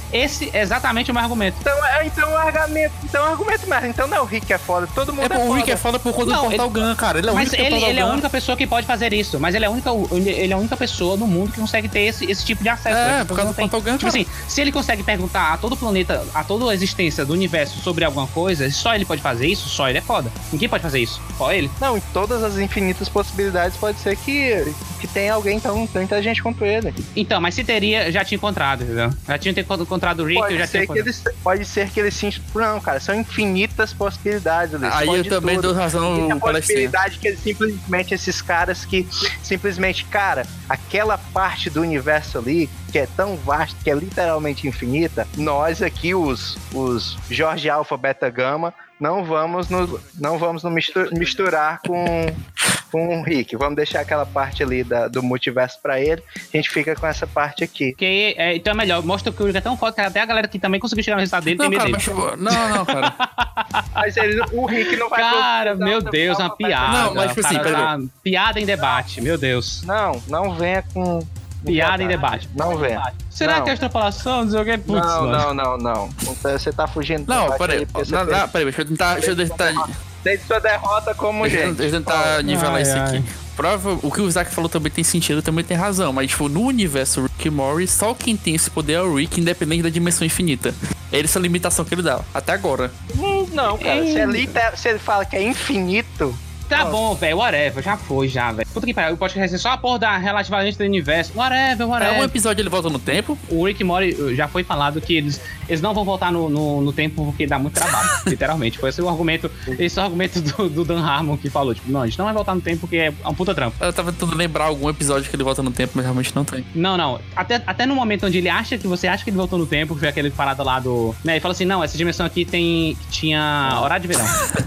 esse é exatamente o meu argumento. Então, é, então o argumento, então o argumento merda. Então não é o Rick que é foda, todo mundo É, é, pô, foda. o Rick é foda por conta Não, do Portal ele- Gun, cara. Ele é o Mas único que ele, tem o ele é a Portal Gun. única pessoa que pode fazer isso. Mas ele é a única, ele é a única pessoa no mundo que consegue ter esse, esse tipo de acesso. É, As por pessoas causa não do têm. Portal Gun, Tipo cara. assim, se ele consegue perguntar a todo o planeta, a toda a existência do universo sobre alguma coisa, só ele pode fazer isso, só ele é foda. Ninguém pode fazer isso, só ele. Não, em todas as infinitas possibilidades pode ser que, que tenha alguém tão, tão inteligente quanto ele. Então, mas se teria, já tinha encontrado, entendeu? Já tinha ter encontrado o Rick, eu Pode já tinha ser, que encontrado. eles, pode ser que eles se... Não, cara, são infinitas possibilidades. Eles Aí pode eu também tudo. dou razão Tem a no Palestina. possibilidade que eles simplesmente, esses caras que simplesmente, cara, aquela parte do universo ali, que é tão vasta, que é literalmente infinita, nós aqui, os, os Jorge Alfa Beta Gama, não vamos nos, não vamos nos mistu- misturar com, com o Rick. Vamos deixar aquela parte ali da, do multiverso pra ele, a gente fica com essa parte aqui. Porque, é, então é melhor, mostra que o Rick é tão foda que até a galera que também conseguiu chegar no resultado dele Não, tem medo cara, dele. mas tipo, não, não, cara. Mas ele, o Rick não vai... Cara, não, meu não, Deus, não, uma não, piada. Não, mas, tipo assim, Cara, peraí. tá- piada em debate, meu Deus. Não, não venha com... Piada em debate. Não venha. Será Não. que é extrapolação? Não sei o que. Putz, Não, mano. não, não, não. Você tá fugindo do Não, debate peraí. aí, porque você Não, fez- não, peraí, deixa eu tentar. Deixa eu tentar. Desde sua derrota como Deixa eu gente. deixa eu tentar nivelar Ai, isso ai. aqui. Prova, o que o Isaac falou também tem sentido, também tem razão. Mas, tipo, no universo Rick e Morty, só quem tem esse poder é o Rick, independente da dimensão infinita. É essa limitação que ele dá, até agora. Hum, Não, cara. Se, é liter- se ele fala que é infinito, Tá bom, velho, whatever, já foi, já, velho. Puta que pariu, pode ser só a porra da relativamente do universo. Whatever, É, um whatever. episódio ele volta no tempo. O Rick e Morty já foi falado que eles, eles não vão voltar no, no, no tempo porque dá muito trabalho, literalmente. Foi esse o argumento, esse é o argumento do, do Dan Harmon que falou, tipo, não, a gente não vai voltar no tempo porque é um puta trampo. Eu tava tentando lembrar algum episódio que ele volta no tempo, mas realmente não tem. Não, não. Até, até no momento onde ele acha que você acha que ele voltou no tempo, que foi aquele parada lá do. Né, ele fala assim: não, essa dimensão aqui tem. Tinha horário de verão.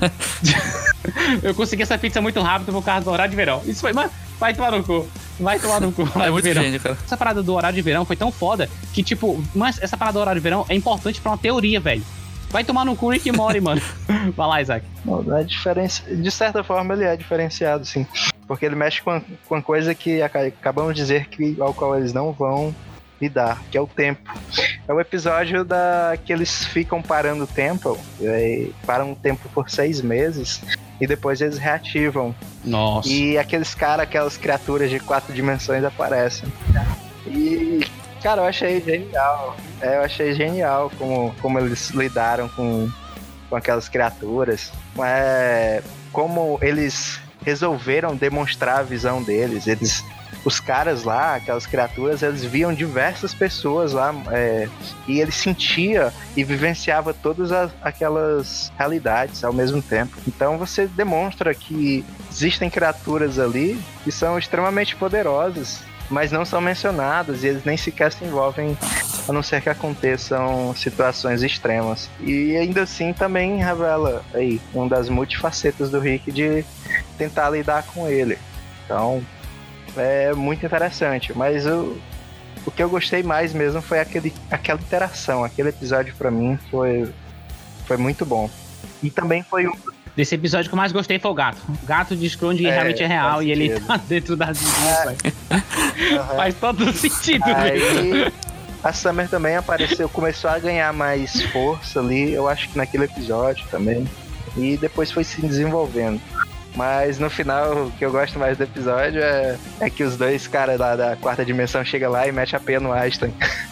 Eu consegui essa pizza muito rápido por causa do horário de verão. Isso foi, mano, vai tomar no cu. Vai tomar no cu. É horário muito de verão. gênio, cara. Essa parada do horário de verão foi tão foda que, tipo, mas essa parada do horário de verão é importante pra uma teoria, velho. Vai tomar no cu Rick e Morty, mano. Vai lá, Isaac. não, é diferenci... de certa forma ele é diferenciado, sim. Porque ele mexe com a, com a coisa que aca- acabamos de dizer que, ao qual eles não vão lidar, que é o tempo. É o episódio da que eles ficam parando o tempo, é, param o tempo por seis meses e depois eles reativam. Nossa. E aqueles caras, aquelas criaturas de quatro dimensões aparecem. E, cara, eu achei genial. É, eu achei genial como, como eles lidaram com, com aquelas criaturas. É, como eles resolveram demonstrar a visão deles. Eles, os caras lá, aquelas criaturas, eles viam diversas pessoas lá. É, e ele sentia e vivenciava todas as, aquelas realidades ao mesmo tempo. Então você demonstra que existem criaturas ali que são extremamente poderosas, mas não são mencionadas e eles nem sequer se envolvem, a não ser que aconteçam situações extremas. E ainda assim também revela aí uma das multifacetas do Rick de tentar lidar com ele. Então é muito interessante, mas eu, o que eu gostei mais mesmo foi aquele, aquela interação. Aquele episódio pra mim foi, foi muito bom. E também foi um Desse episódio que eu mais gostei foi o gato. O gato de Scrooge É, realmente é real faz e ele sentido. tá dentro das dimensões. Faz todo sentido, velho. Aí a Summer também apareceu, começou a ganhar mais força ali, eu acho que naquele episódio também. E depois foi se desenvolvendo. Mas no final, o que eu gosto mais do episódio é, é que os dois caras lá da quarta dimensão chegam lá e metem a pena no Einstein.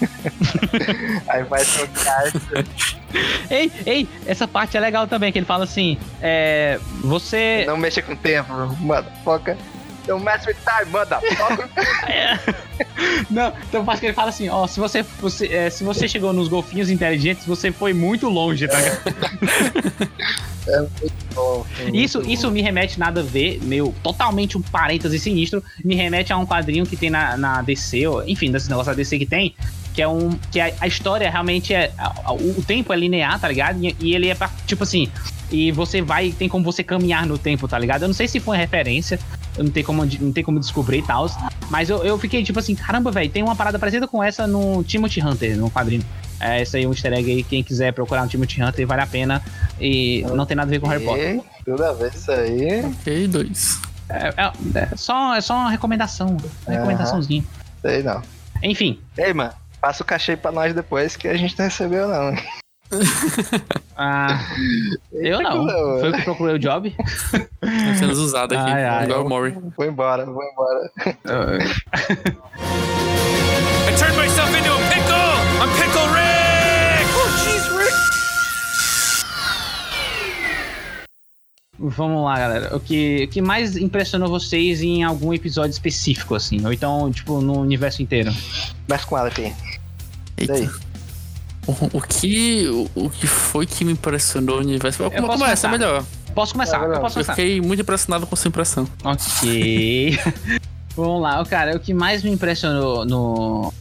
Aí faz com que Einstein Ei, ei, essa parte é legal também, que ele fala assim, é, você... não mexa com o tempo, motherfucker. Don't mess with time, motherfucker. Não, então parte que ele fala assim, ó, se você, você, é, se você chegou nos golfinhos inteligentes, você foi muito longe, tá ligado? É muito bom. é muito Isso, bom. isso me remete nada a ver, meu, totalmente um parêntese sinistro, me remete a um quadrinho que tem na, na D C, ou, enfim, desse negócio da D C que tem, que é um, que a, a história realmente é, a, a, o, o tempo é linear, tá ligado? E, e ele é pra, tipo assim, e você vai, tem como você caminhar no tempo, tá ligado? Eu não sei se foi referência, eu não tenho como, não tem como descobrir e tal, mas eu, eu fiquei tipo assim, caramba, velho, tem uma parada parecida com essa no Timothy Hunter, no quadrinho. É, esse aí é um easter egg aí, quem quiser procurar no Timothy Hunter, vale a pena, e não tem nada a ver com Harry Potter. E toda vez isso aí, Ok, dois. É, é, é só, é só uma recomendação, uma recomendaçãozinha. sei não. Enfim, Ei, mano, Passa o cachê pra nós depois que a gente não recebeu, não. Ah, eu não. Foi eu que procurei o job. Nós sendo usado aqui, Ai, ai. igual o Mori. Vou embora, vou embora. I turned myself into a pickle! I'm Pickle Rick! Oh, jeez, Rick! Vamos lá, galera. O que, o que mais impressionou vocês em algum episódio específico, assim? Ou então, tipo, no universo inteiro? Começa com ela aqui. Eita. Daí. O, o, que, o, o que foi que me impressionou no universo? Como posso começa, começar. melhor. Posso começar? Vai, vai, eu posso Eu começar. fiquei muito impressionado com sua impressão. Ok. Vamos lá, cara. O que mais me impressionou no,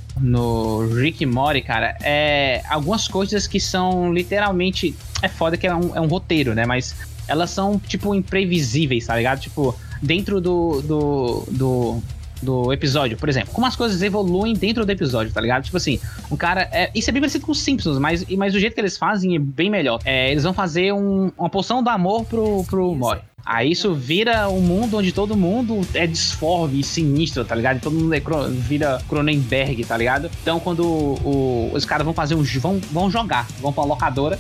no Rick e Morty, cara, é algumas coisas que são literalmente... É foda que é um, é um roteiro, né? Mas elas são, tipo, imprevisíveis, tá ligado? Tipo, dentro do... do, do do episódio, por exemplo, como as coisas evoluem dentro do episódio, tá ligado? Tipo assim, um cara... É, isso é bem parecido com os Simpsons, mas, mas o jeito que eles fazem é bem melhor. É, eles vão fazer um, uma poção do amor pro, pro Morty. Aí isso vira um mundo onde todo mundo é disforme e sinistro, tá ligado? Todo mundo é, vira Cronenberg, tá ligado? Então quando o, o, os caras vão fazer um... Vão, vão jogar, vão pra locadora,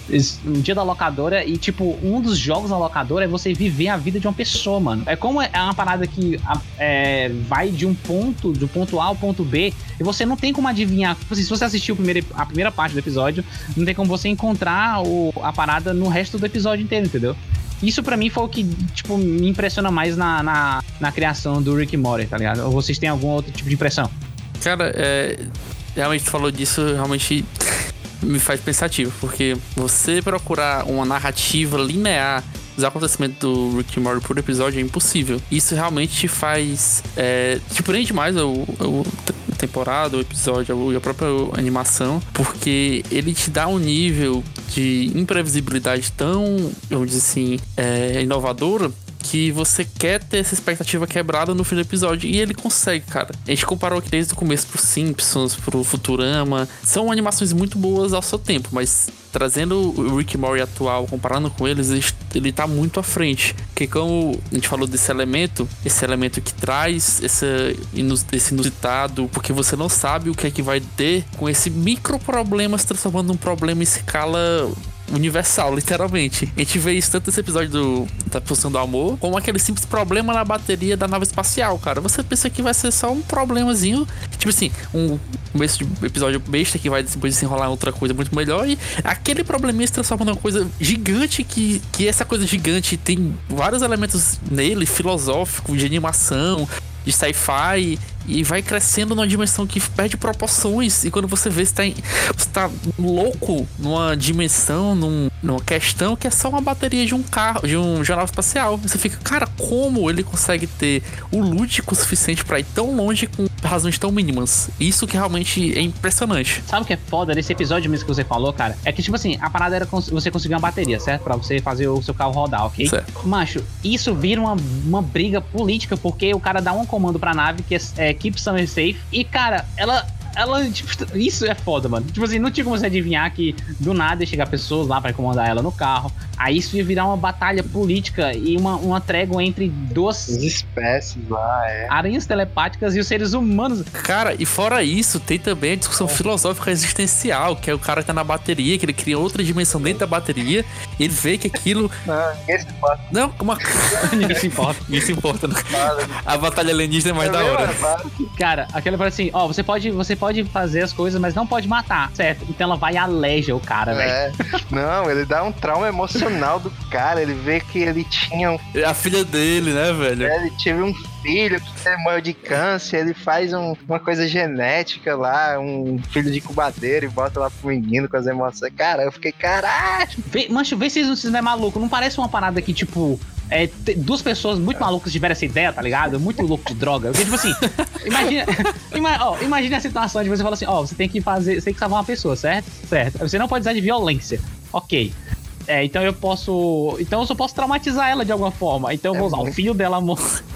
um dia da locadora, e tipo, um dos jogos da locadora é você viver a vida de uma pessoa, mano. É como é uma parada que é, vai de um ponto, do ponto A ao ponto B, e você não tem como adivinhar. Tipo assim, se você assistiu a primeira, a primeira parte do episódio, não tem como você encontrar o, a parada no resto do episódio inteiro, entendeu? Isso pra mim foi o que, tipo, me impressiona mais na, na, na criação do Rick e Morty, tá ligado? Ou vocês têm algum outro tipo de impressão? Cara, é, realmente tu falou disso, realmente me faz pensativo, porque você procurar uma narrativa linear dos acontecimentos do Rick e Morty por episódio é impossível. Isso realmente te faz... É, te prende mais o, o a temporada, o episódio e a própria animação, porque ele te dá um nível de imprevisibilidade tão, vamos dizer assim, é, inovadora, que você quer ter essa expectativa quebrada no fim do episódio. E ele consegue, cara. A gente comparou aqui desde o começo pro Simpsons, pro Futurama. São animações muito boas ao seu tempo, mas trazendo o Rick e Morty atual, comparando com eles, ele, ele tá muito à frente. Porque como a gente falou desse elemento, esse elemento que traz esse, esse inusitado, porque você não sabe o que é que vai ter com esse micro problema se transformando num problema em escala universal, literalmente. A gente vê isso tanto nesse episódio do, da Poção do Amor, como aquele simples problema na bateria da nave espacial, cara. Você pensa que vai ser só um problemazinho, tipo assim, um episódio besta que vai depois desenrolar outra coisa muito melhor, e aquele probleminha se transforma numa coisa gigante, que, que essa coisa gigante tem vários elementos nele, filosóficos, de animação, de sci-fi, e vai crescendo numa dimensão que perde proporções, e quando você vê, você tá, em, você tá louco numa dimensão, num, numa questão que é só uma bateria de um carro, de um jornal espacial. Você fica, cara, como ele consegue ter o lúdico suficiente pra ir tão longe com razões tão mínimas? Isso que realmente é impressionante. Sabe o que é foda desse episódio mesmo que você falou, cara? É que, tipo assim, a parada era você conseguir uma bateria, certo? Pra você fazer o seu carro rodar, ok? Certo. Macho, isso vira uma, uma briga política, porque o cara dá um comando pra nave que é, é Keep Summer Safe, e, cara, ela... Ela, tipo, isso é foda, mano. Tipo assim, não tinha como você adivinhar que do nada ia chegar pessoas lá pra comandar ela no carro. Aí isso ia virar uma batalha política e uma, uma trégua entre duas As espécies lá, é. aranhas telepáticas e os seres humanos. Cara, e fora isso, tem também a discussão filosófica existencial, que é o cara que tá na bateria, que ele cria outra dimensão dentro da bateria, e ele vê que aquilo... Não, ninguém se importa. Não, uma... Ninguém se importa. Ninguém se importa. Não. A batalha alienígena é mais da hora. Cara, aquela fala assim, ó, você pode, você pode fazer as coisas, mas não pode matar, certo? Então ela vai e aleja o cara, velho. É. Não, ele dá um trauma emocional do cara, ele vê que ele tinha um... É a filha dele, né, velho? Ele teve um filho que morreu de câncer, ele faz um, uma coisa genética lá, um filho de incubadeira, e bota lá pro menino com as emoções. Cara, eu fiquei, caralho! Vê, mancho, vê se isso não é maluco. Não parece uma parada que, tipo, é, te, duas pessoas muito malucas tiveram essa ideia, tá ligado? Muito louco de droga. Porque, tipo assim, imagina, ima, ó, imagina a situação de você falar assim, ó, você tem que fazer, você tem que salvar uma pessoa, certo? Certo. Você não pode usar de violência. Ok. É, então eu posso. Então eu só posso traumatizar ela de alguma forma. Então eu vou usar o filho dela, amor.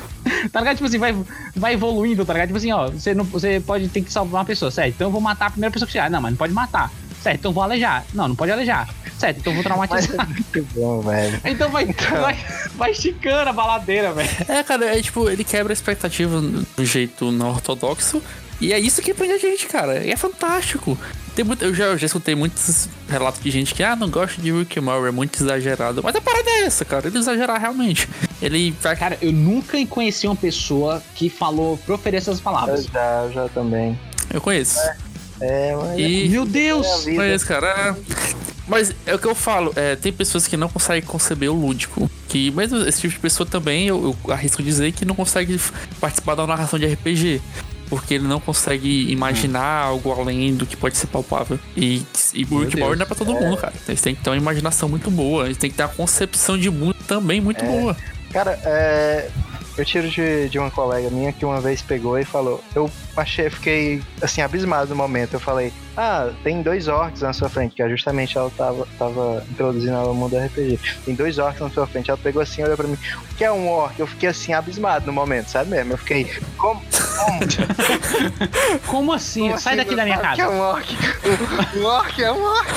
Tá ligado? Tipo assim, vai, vai evoluindo, tá ligado? Tipo assim, ó, você, não, você pode ter que salvar uma pessoa, certo? Então eu vou matar a primeira pessoa que chegar. Não, mas não pode matar. Certo, então eu vou alejar. Não, não pode alejar. Certo, então eu vou traumatizar. Mas é muito bom, velho. Então vai, então... vai, vai esticando a baladeira, velho. É, cara, é tipo, ele quebra a expectativa do jeito não ortodoxo, E é isso que prende a gente, cara. E é fantástico. Tem muito, eu, já, eu já escutei muitos relatos de gente que, ah, não gosta de Rick and Morty, é muito exagerado. Mas a parada é essa, cara. Ele exagerar realmente. Ele vai... Cara, eu nunca conheci uma pessoa que falou, proferir essas palavras. Eu já, eu já também. Eu conheço. É, é mas... E... Meu Deus! Mas, cara... Mas é o que eu falo, é, tem pessoas que não conseguem conceber o lúdico. Que mesmo esse tipo de pessoa também, eu, eu arrisco dizer que não consegue participar da narração de R P G. Porque ele não consegue imaginar hum. algo além do que pode ser palpável. E, e o Rick and Morty não é pra todo é. mundo, cara. Eles têm que ter uma imaginação muito boa. Eles têm que ter uma concepção de mundo também muito é. boa. Cara, é... eu tiro de, de uma colega minha que uma vez pegou e falou... Eu achei, fiquei assim, abismado no momento. Eu falei, ah, tem dois orcs na sua frente. Que é justamente ela tava, tava introduzindo ela no mundo R P G. Tem dois orcs na sua frente. Ela pegou assim, olhou pra mim, o que é um orc? Eu fiquei assim, abismado no momento, sabe mesmo? Eu fiquei, como? Como, como assim? Como Sai assim, daqui da minha casa. O que é um orc? Um orc é um orc.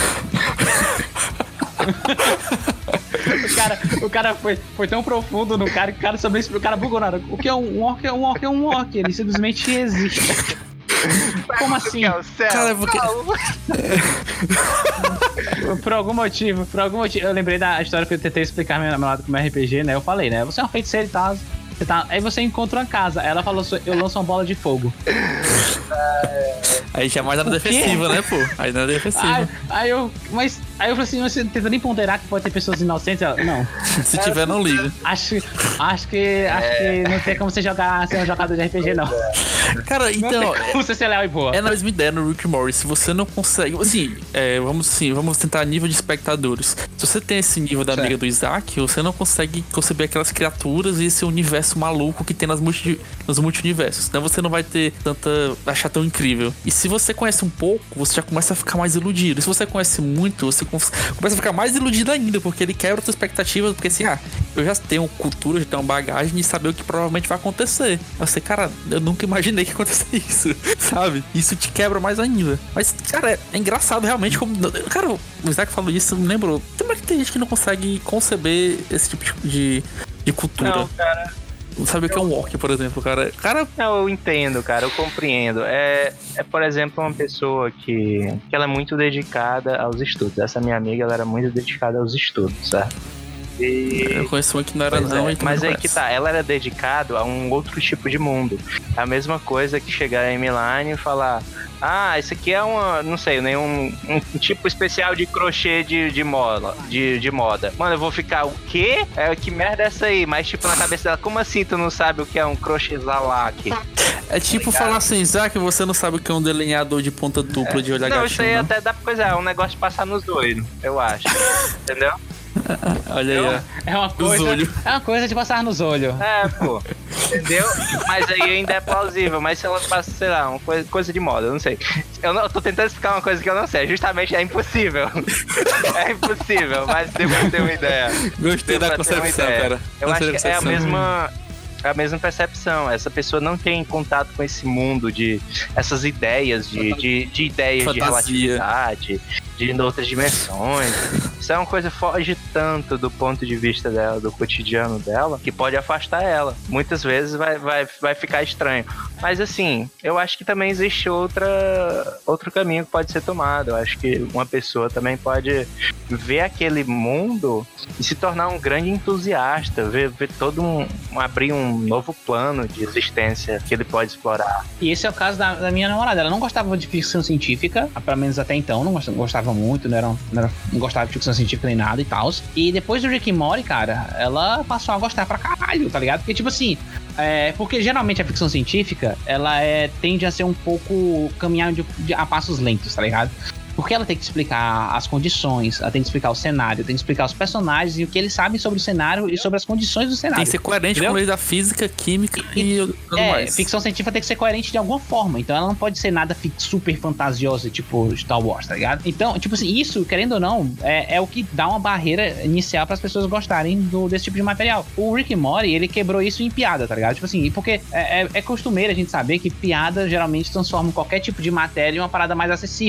O cara, o cara foi, foi tão profundo no cara que o cara sobre isso, o cara bugou nada. O que é um orc? É um orc, é um orc. Ele simplesmente existe. Como assim? Cara, porque... Por algum motivo, por algum motivo. Eu lembrei da história que eu tentei explicar meu namorado com o R P G, né? Eu falei, né? Você é um feiticeiro e tal. Você tá... Aí você encontra uma casa. Ela falou, eu lanço uma bola de fogo. Aí já é mais nada defensiva, né, pô? Aí não é defensiva. Aí, aí eu. Mas. Aí eu falei assim, você tenta nem ponderar que pode ter pessoas inocentes? Ela, não. Se tiver, não liga. Acho, acho que. Acho é. que não tem como você jogar ser um jogador de R P G, não. Cara, então. Não tem como você ser leal e boa. É na mesma ideia no Rick and Morty. Se você não consegue. Assim, é, vamos assim, vamos tentar nível de espectadores. Se você tem esse nível da certo. amiga do Isaac, você não consegue conceber aquelas criaturas e esse universo maluco que tem nas multi, nos multi-universos. Então você não vai ter tanta. achar tão incrível. E se você conhece um pouco, você já começa a ficar mais iludido. E se você conhece muito, você começa a ficar mais iludido ainda, porque ele quebra a tua expectativa, porque assim, ah, eu já tenho cultura, já tenho bagagem de saber o que provavelmente vai acontecer. Você, cara, eu nunca imaginei que ia acontecer isso, sabe? Isso te quebra mais ainda. Mas, cara, é, é engraçado realmente como... Cara, o Isaac falou isso, me lembrou. Tem, tem gente que não consegue conceber esse tipo de, de cultura. Não, cara... Não sabe o que é um orc, por exemplo, cara. cara... Não, eu entendo, cara, eu compreendo. É, é, por exemplo, uma pessoa que, que ela é muito dedicada aos estudos. Essa minha amiga, ela era muito dedicada aos estudos, certo? E... Eu conheço uma que não era, não. É, mas aí que tá, ela era dedicada a um outro tipo de mundo. É a mesma coisa que chegar em Milani e falar... Ah, isso aqui é uma, não sei, nenhum um, um tipo especial de crochê de, de, moda, de, de moda. Mano, eu vou ficar, o quê? É, que merda é essa aí? Mas tipo, na cabeça dela, como assim tu não sabe o que é um crochê Zalak? É tipo falar assim, Isaac, você não sabe o que é um delineador de ponta dupla é. de olho não, gatinho, isso aí não? Até dá pra coisa, é um negócio de passar nos doidos, eu acho. Entendeu? Olha aí, ó. É uma coisa, é uma coisa de passar nos olhos. É, pô. Entendeu? Mas aí ainda é plausível. Mas se ela passa, sei lá, uma coisa, coisa de moda, eu não sei. Eu, não, eu tô tentando explicar uma coisa que eu não sei. Justamente é impossível. É impossível, mas deu pra ter uma ideia. Gostei deu da concepção, cara. Eu acho que é a mesma... É a mesma percepção. Essa pessoa não tem contato com esse mundo de... Essas ideias de, de, de ideias Fantasia. de relatividade, de outras dimensões. Isso é uma coisa que foge tanto do ponto de vista dela, do cotidiano dela, que pode afastar ela. Muitas vezes vai, vai, vai ficar estranho. Mas assim, eu acho que também existe outra, outro caminho que pode ser tomado. Eu acho que uma pessoa também pode ver aquele mundo e se tornar um grande entusiasta, ver, ver todo um... abrir um novo plano de existência que ele pode explorar. E esse é o caso da, da minha namorada. Ela não gostava de ficção científica, pelo menos até então, não gostava, gostava muito, não, era, não, era, não gostava de ficção científica nem nada e tal. E depois do Rick and Morty, cara, ela passou a gostar pra caralho, tá ligado? Porque, tipo assim, é, porque geralmente a ficção científica, ela é, tende a ser um pouco caminhar de, de, a passos lentos, tá ligado? Porque ela tem que explicar as condições, ela tem que explicar o cenário, tem que explicar os personagens e o que eles sabem sobre o cenário e sobre as condições do cenário. Tem que ser coerente entendeu? com a lei da física, química e, e tudo é, mais. Ficção científica tem que ser coerente de alguma forma, então ela não pode ser nada super fantasiosa, tipo Star Wars, tá ligado? Então, tipo assim, isso, querendo ou não, é, é o que dá uma barreira inicial para as pessoas gostarem do, desse tipo de material. O Rick and Morty, ele quebrou isso em piada, tá ligado? Tipo assim, porque é, é, é costumeiro a gente saber que piada geralmente transforma qualquer tipo de matéria em uma parada mais acessível.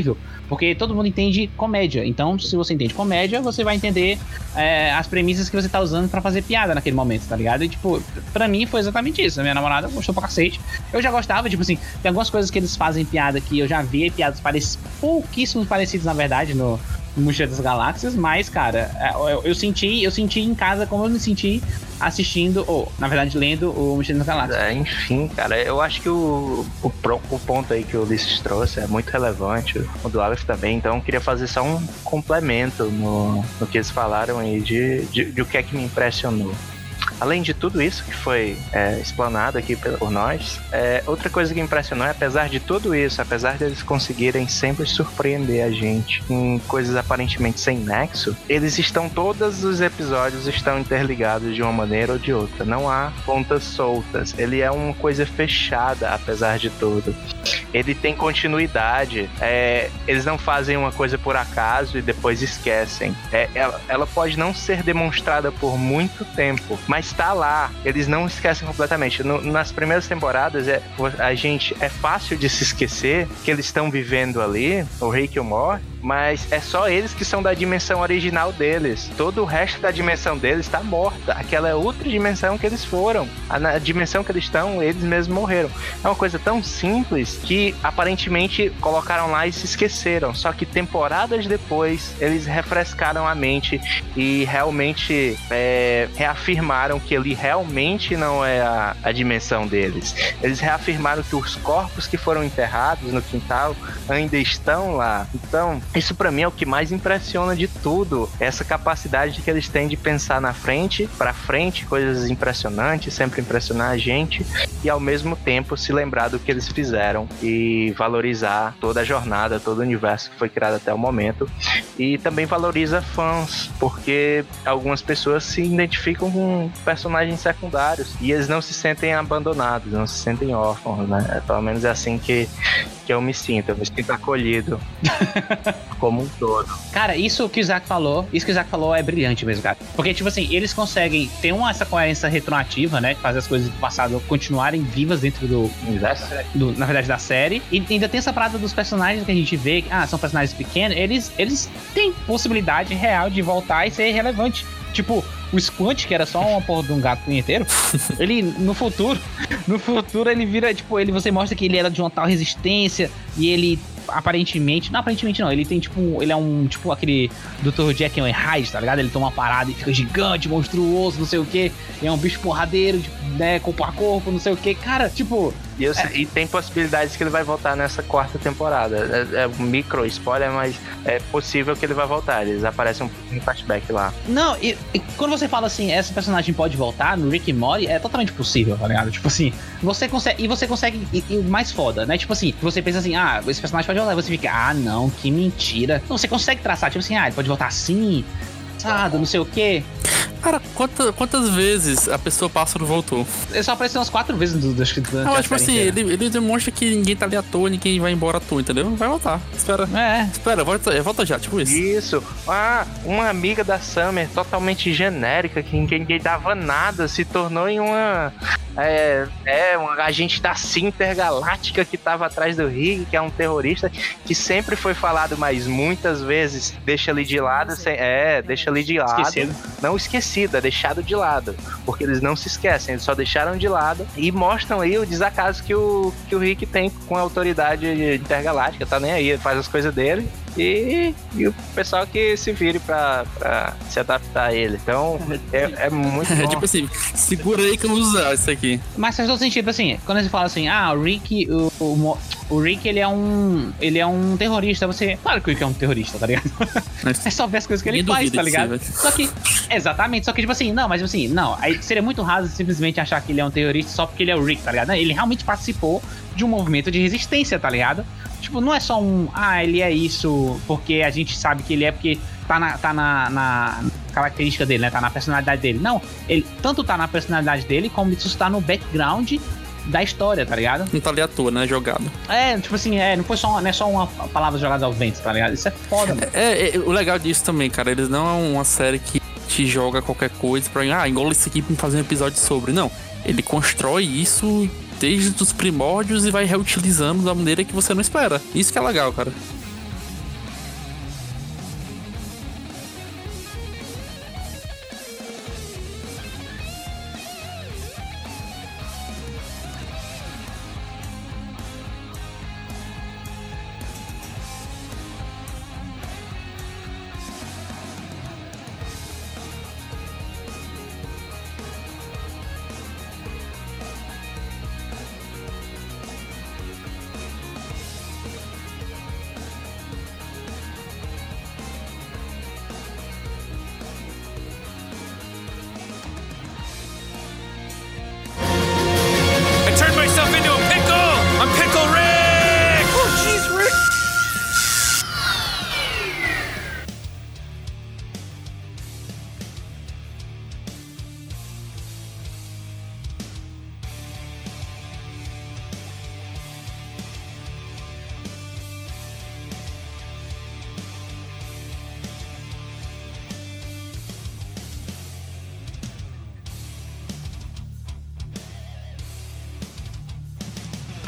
Porque todo mundo entende comédia. Então, se você entende comédia, você vai entender é, as premissas que você tá usando pra fazer piada naquele momento, tá ligado? E, tipo, pra mim foi exatamente isso. A minha namorada gostou pra cacete. Eu já gostava, tipo assim, tem algumas coisas que eles fazem piada que eu já vi, piadas parec- pouquíssimos parecidos, na verdade, no, no Mochila das Galáxias, mas, cara, eu, eu senti eu senti em casa como eu me senti assistindo, ou, na verdade, lendo o Mochila das Galáxias. É, enfim, cara, eu acho que o, o, o ponto aí que o Ulisses trouxe é muito relevante, o do Aleph também, então eu queria fazer só um complemento no, no que eles falaram aí de, de, de o que é que me impressionou. Além de tudo isso que foi é, explanado aqui por nós, é, outra coisa que impressionou é, apesar de tudo isso, apesar deles conseguirem sempre surpreender a gente em coisas aparentemente sem nexo, eles estão, todos os episódios estão interligados de uma maneira ou de outra. Não há pontas soltas. Ele é uma coisa fechada, apesar de tudo. Ele tem continuidade. É, eles não fazem uma coisa por acaso e depois esquecem. É, ela, ela pode não ser demonstrada por muito tempo, mas tá lá, eles não esquecem completamente. No, nas primeiras temporadas, é, a gente, é fácil de se esquecer que eles estão vivendo ali, o Rick e o Morty, mas é só eles que são da dimensão original deles. Todo o resto da dimensão deles está morta. Aquela é outra dimensão que eles foram. A, na dimensão que eles estão, eles mesmos morreram. É uma coisa tão simples que aparentemente colocaram lá e se esqueceram. Só que temporadas depois, eles refrescaram a mente e realmente é, reafirmaram que ele realmente não é a, a dimensão deles. Eles reafirmaram que os corpos que foram enterrados no quintal ainda estão lá. Então, isso pra mim é o que mais impressiona de tudo, essa capacidade que eles têm de pensar na frente, pra frente, coisas impressionantes, sempre impressionar a gente, e ao mesmo tempo se lembrar do que eles fizeram e valorizar toda a jornada, todo o universo que foi criado até o momento, e também valoriza fãs, porque algumas pessoas se identificam com personagens secundários e eles não se sentem abandonados, não se sentem órfãos, né? Pelo menos é assim que, que eu me sinto, eu me sinto acolhido como um todo. Cara, isso que o Isaac falou, isso que o Isaac falou é brilhante mesmo, cara. Porque, tipo assim, eles conseguem ter uma, essa coerência retroativa, né? Que faz as coisas do passado continuarem vivas dentro do universo, do, na verdade, da série. E ainda tem essa parada dos personagens que a gente vê, que, ah, são personagens pequenos, eles, eles têm possibilidade real de voltar e ser relevante. Tipo, o Squant, que era só uma porra de um gato punheteiro, ele, no futuro, no futuro ele vira, tipo, ele, você mostra que ele era de uma tal resistência e ele, aparentemente, não aparentemente não, ele tem, tipo, ele é um, tipo, aquele doutor Jekyll and Hyde, tá ligado? Ele toma uma parada e fica gigante, monstruoso, não sei o que, é um bicho porradeiro, tipo, né, corpo a corpo, não sei o que, cara, tipo... E, eu, é... e tem possibilidades que ele vai voltar nessa quarta temporada. É, é um micro spoiler, mas é possível que ele vai voltar. Eles aparecem um, um flashback lá. Não, e, e quando você fala assim, essa personagem pode voltar no Rick e Morty, é totalmente possível, tá ligado? Tipo assim, você consegue. E você consegue. E, e o mais foda, né? Tipo assim, você pensa assim, ah, esse personagem pode voltar. E você fica, ah, não, que mentira. Então, você consegue traçar, tipo assim, ah, ele pode voltar assim, sabe, não sei o quê. Cara, quanta, quantas vezes a pessoa pássaro voltou? Ele só apareceu umas quatro vezes do, do, do, Não, tipo assim, ele, ele demonstra que ninguém tá ali à toa, ninguém vai embora à toa, entendeu? Vai voltar. Espera. É. Espera, volta, volta já, tipo isso. Isso. Ah, uma amiga da Summer totalmente genérica, que ninguém, ninguém dava nada, se tornou em uma. É, é uma agente da C I Intergaláctica que tava atrás do Rick, que é um terrorista, que sempre foi falado, mas muitas vezes deixa ali de lado. Sem, é, deixa ali de lado. Esquecido. Não esquecido, é deixado de lado. Porque eles não se esquecem, eles só deixaram de lado e mostram aí o desacaso que o, que o Rick tem com a autoridade intergaláctica, tá nem aí, ele faz as coisas dele. E, e o pessoal que se vire pra, pra se adaptar a ele. Então, é, é muito bom. É tipo assim, segura aí que eu vou usar isso aqui. Mas faz todo sentido, assim, quando você fala assim, ah, o Rick, o, o, o Rick, ele é um ele é um terrorista, você... Claro que o Rick é um terrorista, tá ligado? É só ver as coisas que ele faz, tá ligado? Ser, só que, exatamente, só que tipo assim, não, mas assim, não, aí seria muito raso simplesmente achar que ele é um terrorista só porque ele é o Rick, tá ligado? Ele realmente participou de um movimento de resistência, tá ligado? Tipo, não é só um, ah, ele é isso porque a gente sabe que ele é porque tá na, tá na, na característica dele, né? Tá na personalidade dele. Não, ele tanto tá na personalidade dele, como isso tá no background da história, tá ligado? Não tá ali à toa, né? Jogado. É, tipo assim, é, não foi só, não é só uma palavra jogada ao vento, tá ligado? Isso é foda, mano. É, é, o legal disso também, cara, eles não é uma série que te joga qualquer coisa pra, ah, engola isso aqui pra fazer um episódio sobre. Não, ele constrói isso desde os primórdios e vai reutilizando da maneira que você não espera. Isso que é legal, cara.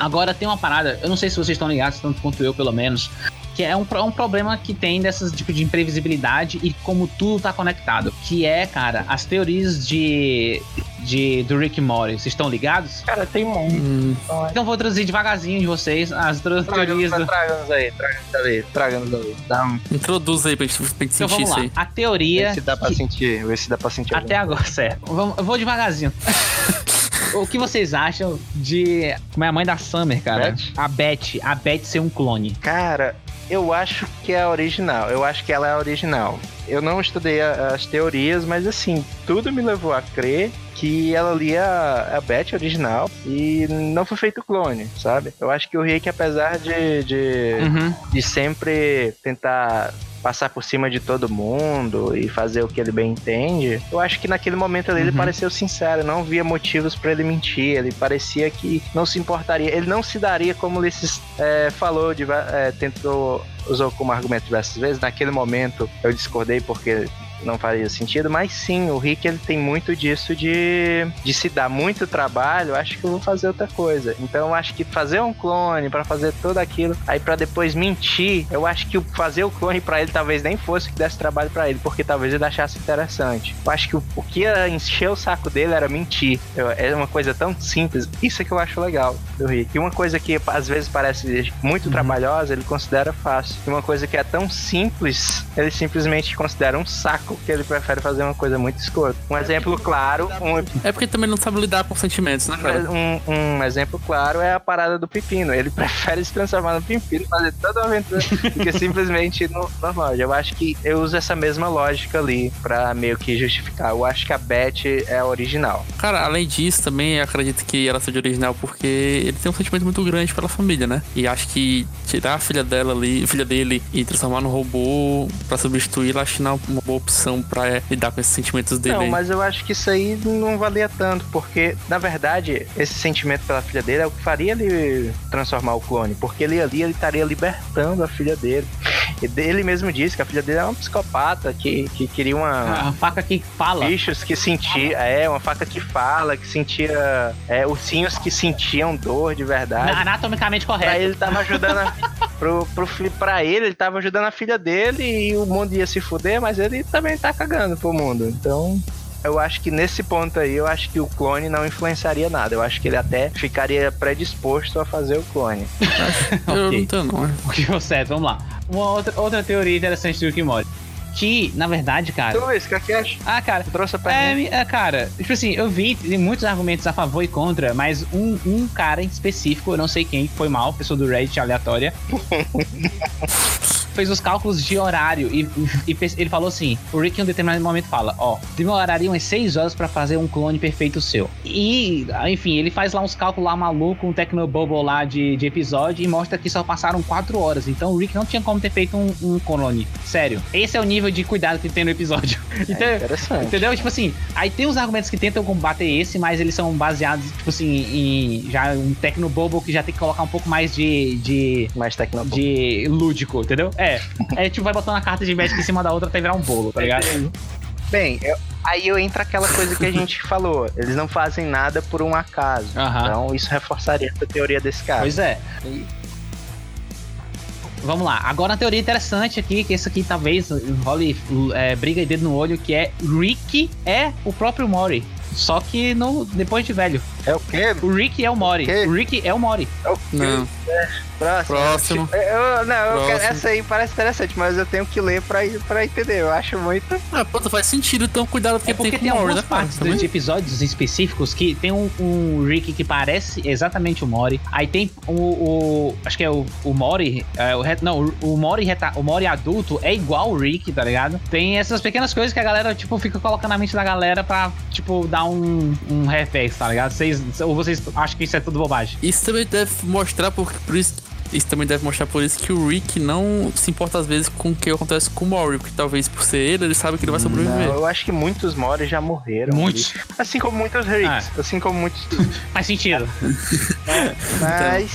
Agora tem uma parada, eu não sei se vocês estão ligados, tanto quanto eu, pelo menos, que é um, um problema que tem dessas tipo de imprevisibilidade e como tudo tá conectado. Que é, cara, as teorias de, de do Rick e Morty. Vocês estão ligados? Cara, tem um monte. Hum. Então vou traduzir devagarzinho de vocês as tra- teorias do... Traga-nos aí, traga-nos aí, traga-nos aí. Dá um... Introduz aí pra gente, pra gente Então sentir vamos isso lá. aí. A teoria... Vê se dá pra que... sentir, vê se dá pra sentir. Até agora, certo. Vamos, eu vou devagarzinho. O que vocês acham de... Como é a mãe da Summer, cara? Beth? A Beth. A Beth ser um clone. Cara, eu acho que é a original. Eu acho que ela é a original. Eu não estudei a, as teorias, mas assim, tudo me levou a crer que ela lia a, a Beth original e não foi feito clone, sabe? Eu acho que o Rick, apesar de, de, Uhum. de sempre tentar passar por cima de todo mundo e fazer o que ele bem entende, eu acho que naquele momento ali Uhum. ele pareceu sincero, não via motivos pra ele mentir, ele parecia que não se importaria, ele não se daria, como o Ulisses é, falou, de, é, tentou, usou como argumento diversas vezes, naquele momento eu discordei porque não faria sentido, mas sim, o Rick ele tem muito disso de, de se dar muito trabalho, acho que eu vou fazer outra coisa. Então eu acho que fazer um clone pra fazer tudo aquilo, aí pra depois mentir, eu acho que fazer o clone pra ele talvez nem fosse o que desse trabalho pra ele, porque talvez ele achasse interessante. Eu acho que o, o que ia encher o saco dele era mentir. Eu, é uma coisa tão simples, isso é que eu acho legal do Rick. E uma coisa que às vezes parece muito uhum. trabalhosa, ele considera fácil. E uma coisa que é tão simples, ele simplesmente considera um saco, porque ele prefere fazer uma coisa muito escrota. Um exemplo claro... Um, é porque também não sabe lidar com sentimentos, né, cara? Um, um exemplo claro é a parada do pepino. Ele prefere se transformar no pepino, fazer toda uma aventura, do que simplesmente no normal. Eu acho que eu uso essa mesma lógica ali pra meio que justificar. Eu acho que a Beth é a original. Cara, além disso, também acredito que ela seja original porque ele tem um sentimento muito grande pela família, né? E acho que tirar a filha dela ali, a filha dele e transformar no robô pra substituí-la, acho que não é uma boa opção pra é, lidar com esses sentimentos dele. Não, aí. mas eu acho que isso aí não valia tanto, porque, na verdade, esse sentimento pela filha dele é o que faria ele transformar o clone, porque ele ali, ele estaria libertando a filha dele. Ele mesmo disse que a filha dele é uma psicopata, que, que queria uma... A faca que fala. Bichos que sentia... É, uma faca que fala, que sentia... É, ursinhos que sentiam dor de verdade. Anatomicamente correto. Pra ele tava ajudando a... pro, pro, pra ele, ele tava ajudando a filha dele e o mundo ia se fuder, mas ele também tá cagando pro mundo. Então... Eu acho que nesse ponto aí, eu acho que o clone não influenciaria nada. Eu acho que ele até ficaria predisposto a fazer o clone. Eu okay. não tô não. Ok, certo, vamos lá. Uma outra, outra teoria interessante do Rick e Morty. Que, na verdade, cara... Então, isso, o que acha? Ah, cara... Trouxe pra é, mim. é, cara... Tipo assim, eu vi muitos argumentos a favor e contra, mas um, um cara em específico, eu não sei quem, foi mal, pessoa do Reddit aleatória... fez os cálculos de horário e, e, e ele falou assim, o Rick em um determinado momento fala, ó, demoraria umas seis horas pra fazer um clone perfeito seu. E, enfim, ele faz lá uns cálculos lá maluco, um Tecnobubble lá de, de episódio e mostra que só passaram quatro horas. Então o Rick não tinha como ter feito um, um clone. Sério. Esse é o nível de cuidado que tem no episódio. Então, é interessante. Entendeu? Tipo assim, aí tem os argumentos que tentam combater esse, mas eles são baseados, tipo assim, em já um Tecnobubble que já tem que colocar um pouco mais de... de mais Tecnobubble. De lúdico, entendeu? É, é tipo, vai botando a carta de Magic em cima da outra até virar um bolo, tá ligado? Bem, eu, aí eu entro aquela coisa que a gente falou, eles não fazem nada por um acaso, uh-huh. Então isso reforçaria a teoria desse cara. Pois é. E... Vamos lá, agora uma teoria interessante aqui, que esse aqui talvez role é, briga e dedo no olho, que é Rick é o próprio Morty. Só que no, depois de velho. É o quê? O Rick é o Morty. O, o Rick é o Morty. É o quê? Não. É, próximo. Próximo. Eu, não, eu Próximo. Quero, essa aí parece interessante, mas eu tenho que ler pra, pra entender. Eu acho muito... Ah, pô, faz sentido, então cuidado que é porque tem, tem algumas né, partes de, de episódios específicos que tem um, um Rick que parece exatamente o Morty. Aí tem o... o acho que é o, o Morty... É, o, não, o Morty, o Morty adulto é igual o Rick, tá ligado? Tem essas pequenas coisas que a galera, tipo, fica colocando na mente da galera pra, tipo, dar um... um reflex, tá ligado? Vocês, ou vocês acham que isso é tudo bobagem? Isso também deve mostrar por, por isso. Isso também deve mostrar por isso que o Rick não se importa às vezes com o que acontece com o Morty, porque talvez por ser ele, ele sabe que ele vai sobreviver. Não, eu acho que muitos Morty já morreram. Muitos? Assim como muitos Ricks, ah. assim como muitos... Faz sentido. É, mas...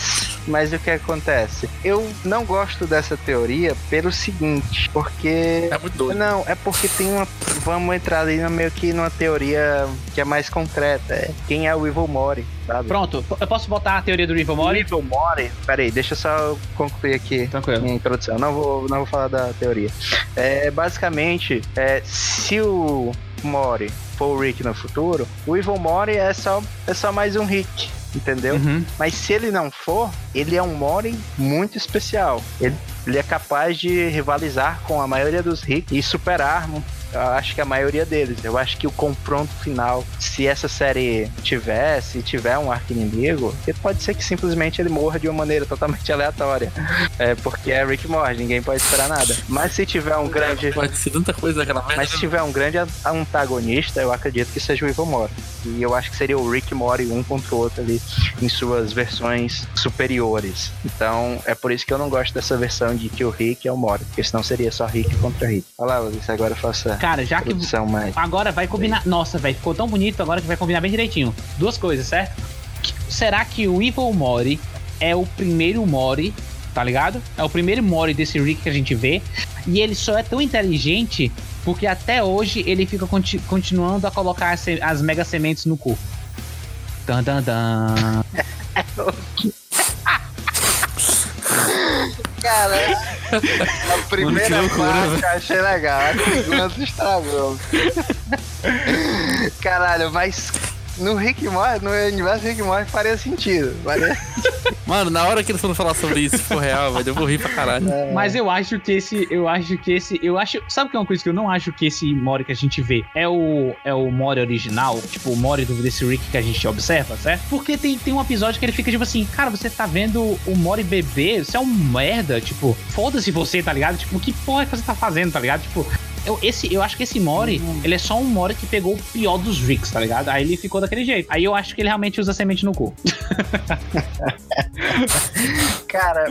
Mas o que acontece? Eu não gosto dessa teoria pelo seguinte, porque... É muito doido. Não, é porque tem uma... Vamos entrar ali no meio que numa teoria que é mais concreta. É quem é o Evil Mori, sabe? Pronto, eu posso botar a teoria do Evil Mori? O Evil Mori... Peraí, deixa eu só concluir aqui Tranquilo. minha introdução. Não vou, não vou falar da teoria. É, basicamente, é, se o Mori for o Rick no futuro, o Evil Mori é só, é só mais um Rick, entendeu? Uhum. Mas se ele não for, ele é um Mori muito especial. Ele, ele é capaz de rivalizar com a maioria dos Rick e superar, eu acho que a maioria deles. Eu acho que o confronto final, se essa série tiver, se tiver um arqui-inimigo, pode ser que simplesmente ele morra de uma maneira totalmente aleatória. É, porque é Rick morre, ninguém pode esperar nada. Mas se tiver um grande... Pode ser tanta coisa naquela merda. Mas se tiver um grande antagonista, eu acredito que seja o Evil Mori. E eu acho que seria o Rick Mori um contra o outro ali, em suas versões superiores. Então, é por isso que eu não gosto dessa versão de que o Rick é o Mori, porque senão seria só Rick contra Rick. Olha lá, Luiz, agora eu faço Cara, já que mais. agora vai combinar. Nossa, velho, ficou tão bonito agora que vai combinar bem direitinho. Duas coisas, certo? Será que o Evil Mori é o primeiro Mori, tá ligado? É o primeiro Mori desse Rick que a gente vê. E ele só é tão inteligente porque até hoje ele fica conti- continuando a colocar as, se- as mega sementes no corpo. Dan, dan, dan. Cara, a primeira Mano, que loucura, parte velho. eu achei legal, a segunda se estragou. Caralho, mas no Rick Morty, no universo Rick Morty faria sentido. Faria... Mano, na hora que eles foram falar sobre isso, se for real, velho, eu vou rir pra caralho. Mas eu acho que esse, eu acho que esse, eu acho, sabe que é uma coisa que eu não acho que esse Mori que a gente vê é o, é o Mori original, tipo o Mori do desse Rick que a gente observa, certo? Porque tem, tem um episódio que ele fica tipo assim, cara, você tá vendo o Mori bebê, você é um merda, tipo, foda-se você, tá ligado? Tipo, que porra que você tá fazendo, tá ligado? Tipo, eu, esse, eu acho que esse Mori, uhum. ele é só um Mori que pegou o pior dos Ricks, tá ligado? Aí ele ficou daquele jeito. Aí eu acho que ele realmente usa semente no cu. Cara,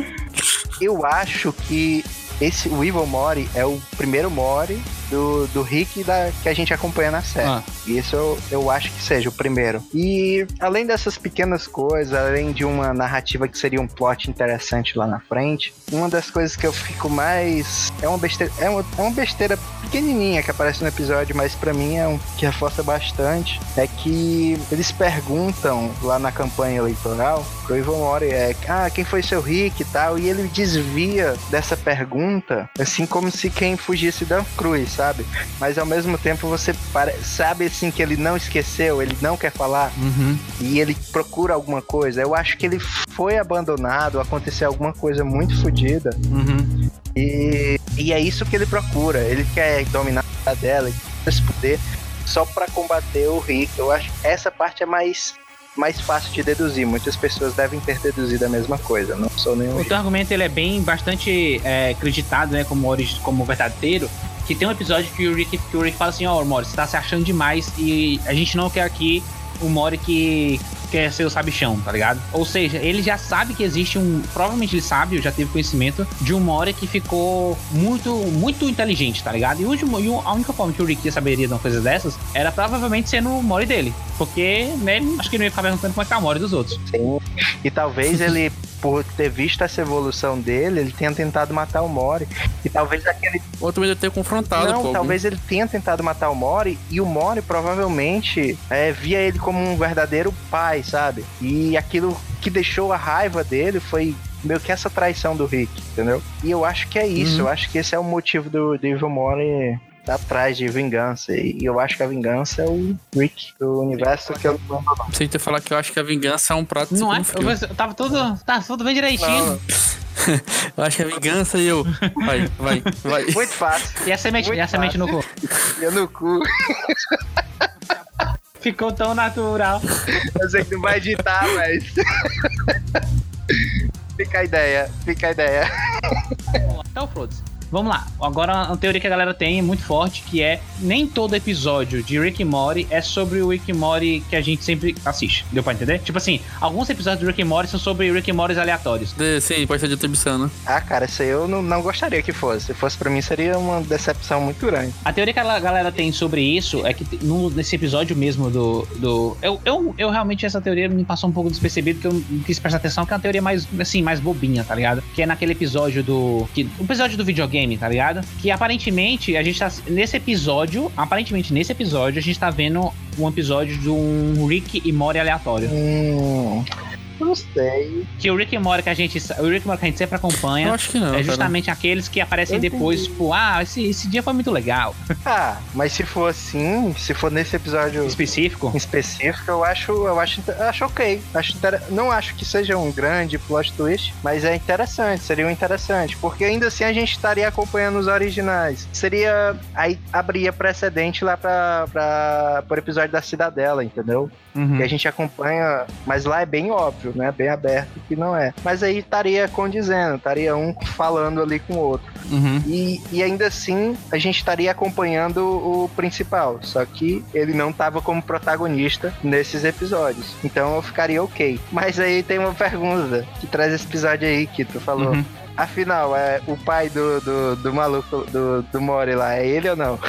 eu acho que esse, o Evil Mori é o primeiro Mori do, do Rick da, que a gente acompanha na série. Ah. Isso eu, eu acho que seja o primeiro. E além dessas pequenas coisas, além de uma narrativa que seria um plot interessante lá na frente, uma das coisas que eu fico mais... É uma besteira, é uma, é uma besteira pequenininha que aparece no episódio, mas pra mim é um que reforça bastante, é que eles perguntam lá na campanha eleitoral pro Evil Mori, é, ah, quem foi seu Rick e tal, e ele desvia dessa pergunta, assim como se quem fugisse da cruz, sabe? Mas ao mesmo tempo você para, sabe assim que ele não esqueceu, ele não quer falar, uhum. e ele procura alguma coisa. Eu acho que ele foi abandonado, aconteceu alguma coisa muito fodida, uhum. e, e é isso que ele procura. Ele quer dominar a dela, esse poder, só pra combater o Rick. Eu acho que essa parte é mais mais fácil de deduzir. Muitas pessoas devem ter deduzido a mesma coisa. Não sou nenhum. O teu argumento ele é bem bastante é, acreditado, né, como, origi- como verdadeiro. Que tem um episódio que o Rick, que o Rick fala assim, ó, oh, Mori, você tá se achando demais e a gente não quer aqui o Mori que quer ser o sabichão, tá ligado? Ou seja, ele já sabe que existe um... Provavelmente ele sabe, ou já teve conhecimento de um Mori que ficou muito, muito inteligente, tá ligado? E, o, e a única forma que o Rick saberia de uma coisa dessas era provavelmente sendo o Mori dele. Porque, né, acho que ele não ia ficar perguntando como é que tá o Mori dos outros. Sim. E talvez ele... por ter visto essa evolução dele, ele tenha tentado matar o Mori. E talvez aquele... Ou também deve ter confrontado. Não, talvez algum... ele tenha tentado matar o Mori, e o Mori provavelmente é, via ele como um verdadeiro pai, sabe? E aquilo que deixou a raiva dele foi meio que essa traição do Rick, entendeu? E eu acho que é isso, uhum. eu acho que esse é o motivo do, do Evil Mori... atrás de vingança, e eu acho que a vingança é o Rick do universo que eu não sei te falar que eu acho que a vingança é um prato não é? frio. Eu tava tudo, tá tudo bem direitinho. Eu acho que a vingança e eu vai, vai, vai. Muito fácil. E a semente, e a semente no cu. E no cu. Ficou tão natural. Eu sei que não vai editar, mas fica a ideia, fica a ideia. Então, Frodo, vamos lá. Agora, uma teoria que a galera tem é muito forte, que é nem todo episódio de Rick e Morty é sobre o Rick e Morty que a gente sempre assiste. Deu pra entender? Tipo assim, alguns episódios do Rick e Morty são sobre Rick e Morty aleatórios. De, sim, pode ser de atribuição, né? Ah, cara, isso aí eu não, não gostaria que fosse. Se fosse pra mim, seria uma decepção muito grande. A teoria que a galera tem sobre isso é que no, nesse episódio mesmo do... do eu, eu, eu realmente, essa teoria me passou um pouco despercebido, porque eu não quis prestar atenção, que é uma teoria mais, assim, mais bobinha, tá ligado? Que é naquele episódio do... Que, o episódio do videogame, tá ligado? Que aparentemente, a gente tá... Nesse episódio, aparentemente nesse episódio, a gente tá vendo um episódio de um Rick e Morty aleatório. Hum... Não sei. Que o Rick e Morty que a gente, o Rick e Morty que a gente sempre acompanha, eu acho que não, é justamente cara. Aqueles que aparecem eu depois, entendi. Tipo, ah, esse, esse dia foi muito legal. Ah, mas se for assim, se for nesse episódio específico, específico, eu acho, eu acho, acho ok. Acho inter... Não acho que seja um grande plot twist, mas é interessante, seria um interessante, porque ainda assim a gente estaria acompanhando os originais. Seria, aí abria precedente lá pra, pra, por episódio da Cidadela, entendeu? Uhum. Que a gente acompanha, mas lá é bem óbvio, né? Bem aberto que não é. Mas aí estaria condizendo, estaria um falando ali com o outro. Uhum. E, e ainda assim, a gente estaria acompanhando o principal, só que ele não estava como protagonista nesses episódios. Então eu ficaria ok. Mas aí tem uma pergunta que traz esse episódio aí que tu falou. Uhum. Afinal, é, o pai do, do, do maluco, do, do Morty lá, é ele ou não?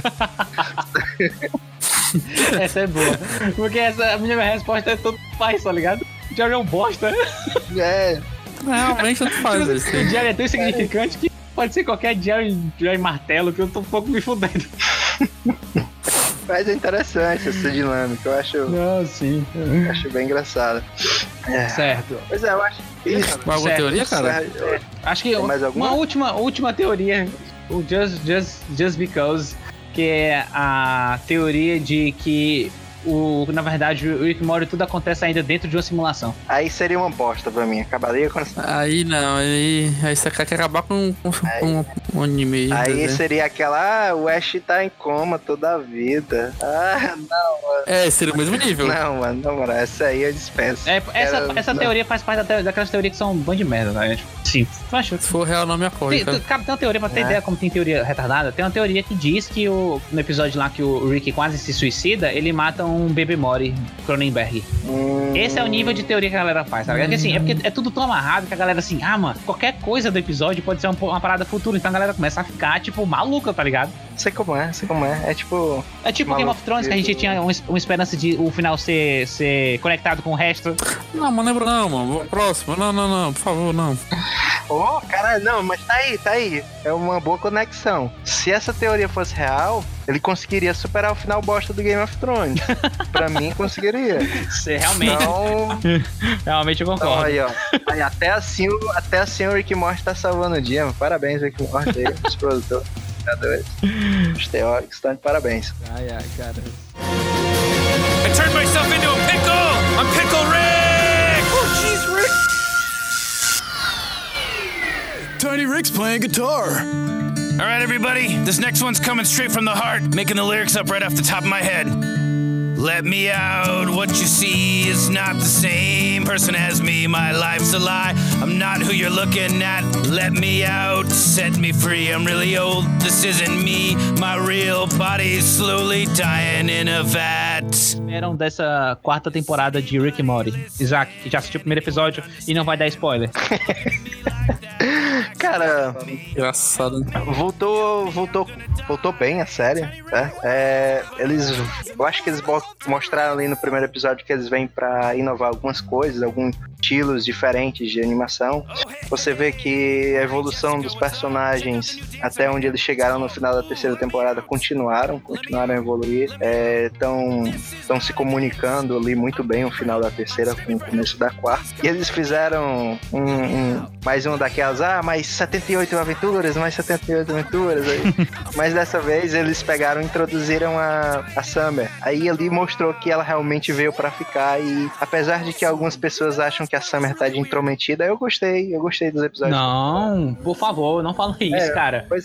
Essa é boa. Porque essa, a minha resposta é todo pai, tá ligado? O Jerry é um bosta. É. Realmente não faz isso. O Jerry é tão insignificante que pode ser qualquer Jerry, Jerry Martelo, que eu tô um pouco me fudendo. Mas é interessante essa dinâmica, eu acho. Não, sim. Eu acho bem engraçado. É. Certo. Pois é, eu acho que isso. Alguma teoria, cara? É. Acho que mais uma última, última teoria, o Just, Just, Just Because, que é a teoria de que o, na verdade, o Rick e Morty tudo acontece ainda dentro de uma simulação. Aí seria uma bosta pra mim, acabaria com... Aí não, aí, aí você quer acabar com, com, com um anime. Aí né? seria aquela, ah, o Ash tá em coma toda a vida. Ah, não, mano. É, seria o mesmo nível. Não, mano, não, mano, essa aí eu dispenso. É, essa Era, essa teoria faz parte da, daquelas teorias que são um bando de merda, tá? Sim, acho. Se for real, não me apoio. Tem, cara, tem uma teoria, pra ter é. ideia como tem teoria retardada, tem uma teoria que diz que o, no episódio lá que o Rick quase se suicida, ele mata um bebê Morty Cronenberg. Hum. Esse é o nível de teoria que a galera faz, sabe? Hum. É, assim, é porque é tudo tão amarrado que a galera assim, ah, mano, qualquer coisa do episódio pode ser uma, uma parada futura, então a galera começa a ficar, tipo, maluca, tá ligado? Sei como é, sei como é. É tipo... É tipo Game of Thrones, que a gente tinha uma, uma esperança de o final ser, ser conectado com o resto. Não, mano, lembra não, mano. Próximo. Não, não, não, por favor, não. Ô, oh, cara, não, mas tá aí, tá aí. É uma boa conexão. Se essa teoria fosse real, ele conseguiria superar o final bosta do Game of Thrones. Pra mim, conseguiria. Você realmente... Então... realmente eu concordo. Então, aí, ó. Aí, até, assim, até assim o Rick Morty tá salvando o dia, mano. Parabéns, Rick Morty aí, os produtores. Os teóricos estão de parabéns. Ai, ai, cara. I turned myself into a pickle! I'm Pickle Rick! Oh, jeez, Rick! Tiny Rick's playing guitar. All right, everybody. This next one's coming straight from the heart, making the lyrics up right off the top of my head. Let me out, what you see is not the same person as me, my life's a lie, I'm not who you're looking at, let me out, set me free, I'm really old, this isn't me, my real body's slowly dying in a vat. Esperam dessa quarta temporada de Rick e Morty? Isaac, que já assistiu o primeiro episódio e não vai dar spoiler. Cara, engraçado. Voltou, voltou, voltou bem a série, né? É, eles, eu acho que eles mostraram ali no primeiro episódio que eles vêm pra inovar algumas coisas, alguns estilos diferentes de animação. Você vê que a evolução dos personagens até onde eles chegaram no final da terceira temporada continuaram, continuaram a evoluir, estão é, se comunicando ali muito bem o final da terceira com o começo da quarta. E eles fizeram um, um, mais uma daquelas, ah, mais setenta e oito aventuras, mais setenta e oito aventuras. Aí. Mas dessa vez eles pegaram e introduziram a, a Summer. Aí ali mostrou que ela realmente veio pra ficar e apesar de que algumas pessoas acham que a Summer tá de intrometida, eu gostei, eu gostei dos episódios. Não, por favor, não fala isso, é, cara. Pois é.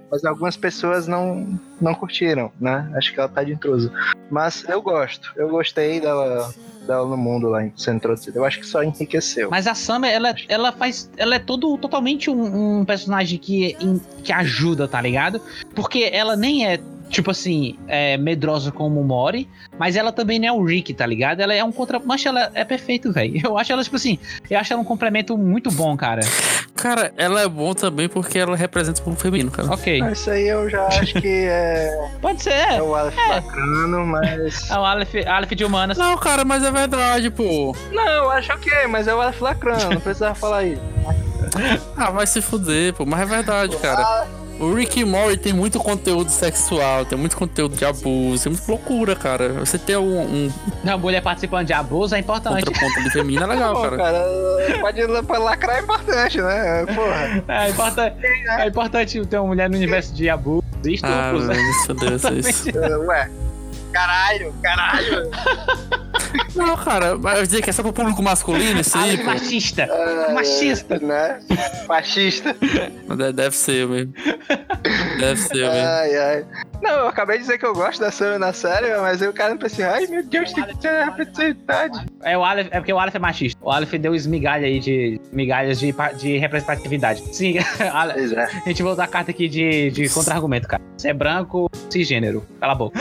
mas algumas pessoas não, não curtiram, né? Acho que ela tá de intruso. Mas eu gosto, eu gostei dela, dela no mundo lá sendo introduzida. Eu acho que só enriqueceu. Mas a Summer, ela, ela faz. Ela é todo, totalmente um, um personagem que, em, que ajuda, tá ligado? Porque ela nem é. Tipo assim, é medrosa como o Mori, mas ela também não é o Rick, tá ligado? Ela é um contra... Mas ela é perfeito, velho. Eu acho ela, tipo assim, eu acho ela um complemento muito bom, cara. Cara, ela é bom também porque ela representa o público feminino, cara. Ok. Isso aí eu já acho que é... Pode ser, é. É o Aleph é. Lacrano, mas... É o Aleph, Aleph de humanas. Não, cara, mas é verdade, pô. Não, eu acho ok, mas é o Aleph Lacrano, não precisava falar isso. Ah, vai se fuder, pô. Mas é verdade, cara. O Rick e Morty tem muito conteúdo sexual, tem muito conteúdo de abuso, tem muita loucura, cara. Você ter um... um... Não, mulher participando de abuso é importante. Contraponto de feminino é legal, Pô, cara. cara. Pode, pode lacrar é importante, né? Porra. É importante, é importante ter uma mulher no universo de abuso e estupros. Ah, isso, Deus, isso. Ué. Caralho, caralho. Não, cara, vai dizer que é só pro público masculino isso aí, pô. Machista. É, Machista. Né? Machista. Deve ser mesmo. Deve ser mesmo. Ai, ai. Não, eu acabei de dizer que eu gosto da Summer na série, mas aí o cara pensa assim, ai meu Deus, tem que ter representatividade. É, o Aleph, é porque o Aleph é machista. O Aleph deu esmigalha aí de migalhas de, de representatividade. Sim, Pois é. a gente voltou a carta aqui de, de contra-argumento, cara. Você é branco, cisgênero. Cala a boca.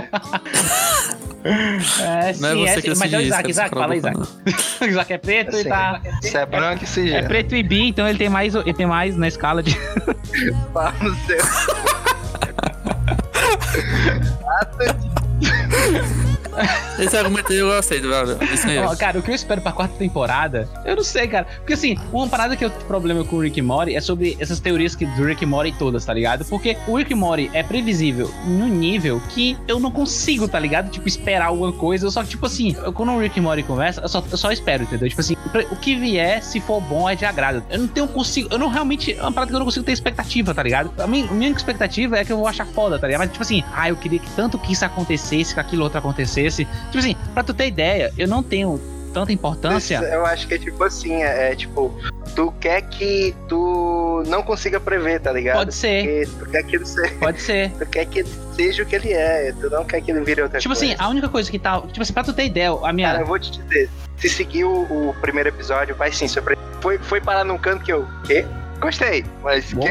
É. É, sim, Não é você é, que mas é o decide, Isaac, cara, Isaac, fala aí, Isaac. O Isaac é preto Assim, e tá... Você é branco e se É gera. preto e bi, então ele tem mais, ele tem mais na escala de... Fala no seu. Esse argumento aí eu gostei, velho. Isso aí. Ó, cara, o que eu espero pra quarta temporada, eu não sei, cara. Porque assim, uma parada que eu tenho problema com o Rick e Morty é sobre essas teorias que, do Rick e Morty todas, tá ligado? Porque o Rick e Morty é previsível num nível que eu não consigo, tá ligado? Tipo, esperar alguma coisa. Eu só que, tipo assim, eu, quando o Rick e Morty conversa, eu só, eu só espero, entendeu? Tipo assim, o que vier, se for bom, é de agrado. Eu não tenho consigo, eu não realmente, é uma parada que eu não consigo ter expectativa, tá ligado? A minha, a minha expectativa é que eu vou achar foda, tá ligado? Mas, tipo assim, ah, eu queria que tanto que isso acontecesse, que aquilo outro acontecesse. Tipo assim, pra tu ter ideia, eu não tenho tanta importância. Eu acho que é tipo assim, é, é tipo, tu quer que tu não consiga prever, tá ligado? Pode ser. Porque tu quer que ele seja. Pode ser. Tu quer que ele seja o que ele é, tu não quer que ele vire outra tipo coisa. Tipo assim, a única coisa que tá. Tipo assim, pra tu ter ideia, a minha. Cara, eu vou te dizer, se seguir o, o primeiro episódio, vai sim, surpreender. Foi, foi parar num canto que eu. Quê? Gostei, mas Bom. quê?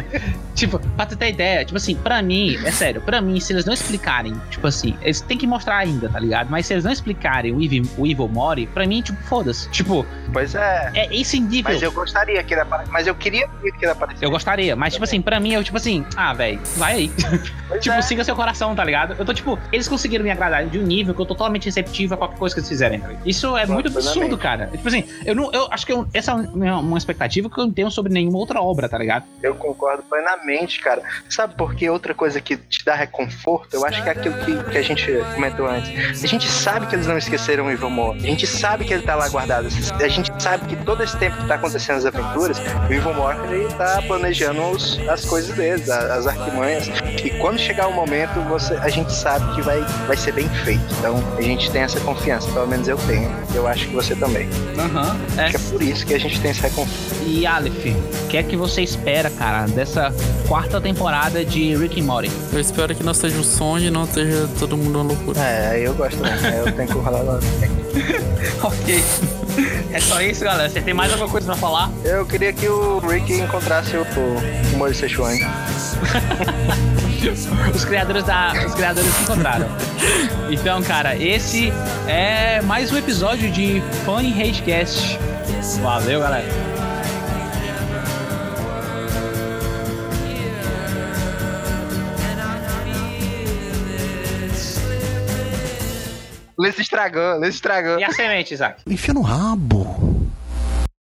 Tipo, pra tu ter ideia, tipo assim, pra mim, é sério, pra mim, se eles não explicarem, tipo assim, eles têm que mostrar ainda, tá ligado? Mas se eles não explicarem o Evil, o Evil Mori, pra mim, tipo, foda-se. Tipo, pois é. É esse nível. Mas eu gostaria que ele aparecesse. Mas eu queria que ele aparecesse. Eu gostaria, mas tipo assim, pra mim, eu tipo assim, ah, velho, vai aí. Tipo, é. siga seu coração, tá ligado? Eu tô tipo, eles conseguiram me agradar de um nível que eu tô totalmente receptivo a qualquer coisa que eles fizerem, tá ligado? Isso é muito absurdo, cara. Tipo assim, eu não, eu acho que eu, essa é uma, uma expectativa que eu não tenho sobre nenhuma outra obra, tá ligado? Eu concordo plenamente, cara. Sabe por que outra coisa que te dá reconforto? Eu acho que é aquilo que, que a gente comentou antes. A gente sabe que eles não esqueceram o Evil Mori. A gente sabe que ele tá lá guardado. A gente sabe que todo esse tempo que tá acontecendo as aventuras, o Evil Mori, ele tá planejando os, as coisas deles, as artimanhas. E quando chegar o momento, você, a gente sabe que vai, vai ser bem feito. Então, a gente tem essa confiança. Pelo menos eu tenho. Eu acho que você também. Aham. Uhum, acho é. que é por isso que a gente tem esse reconforto. E Aleph, o que é que você espera, cara, dessa quarta temporada de Rick e Morty? Eu espero que não seja um sonho e não esteja todo mundo uma loucura. É, eu gosto também. Eu tenho que rolar lá. Ok. É só isso, galera. Você tem mais alguma coisa pra falar? Eu queria que o Rick encontrasse o, o Mori Sichuan. Os criadores da. Os criadores se encontraram. Então, cara, esse é mais um episódio de Funny Hatecast. Valeu, galera. Lê se estragou, lê se estragou. E a semente, Isaac? Enfia no rabo.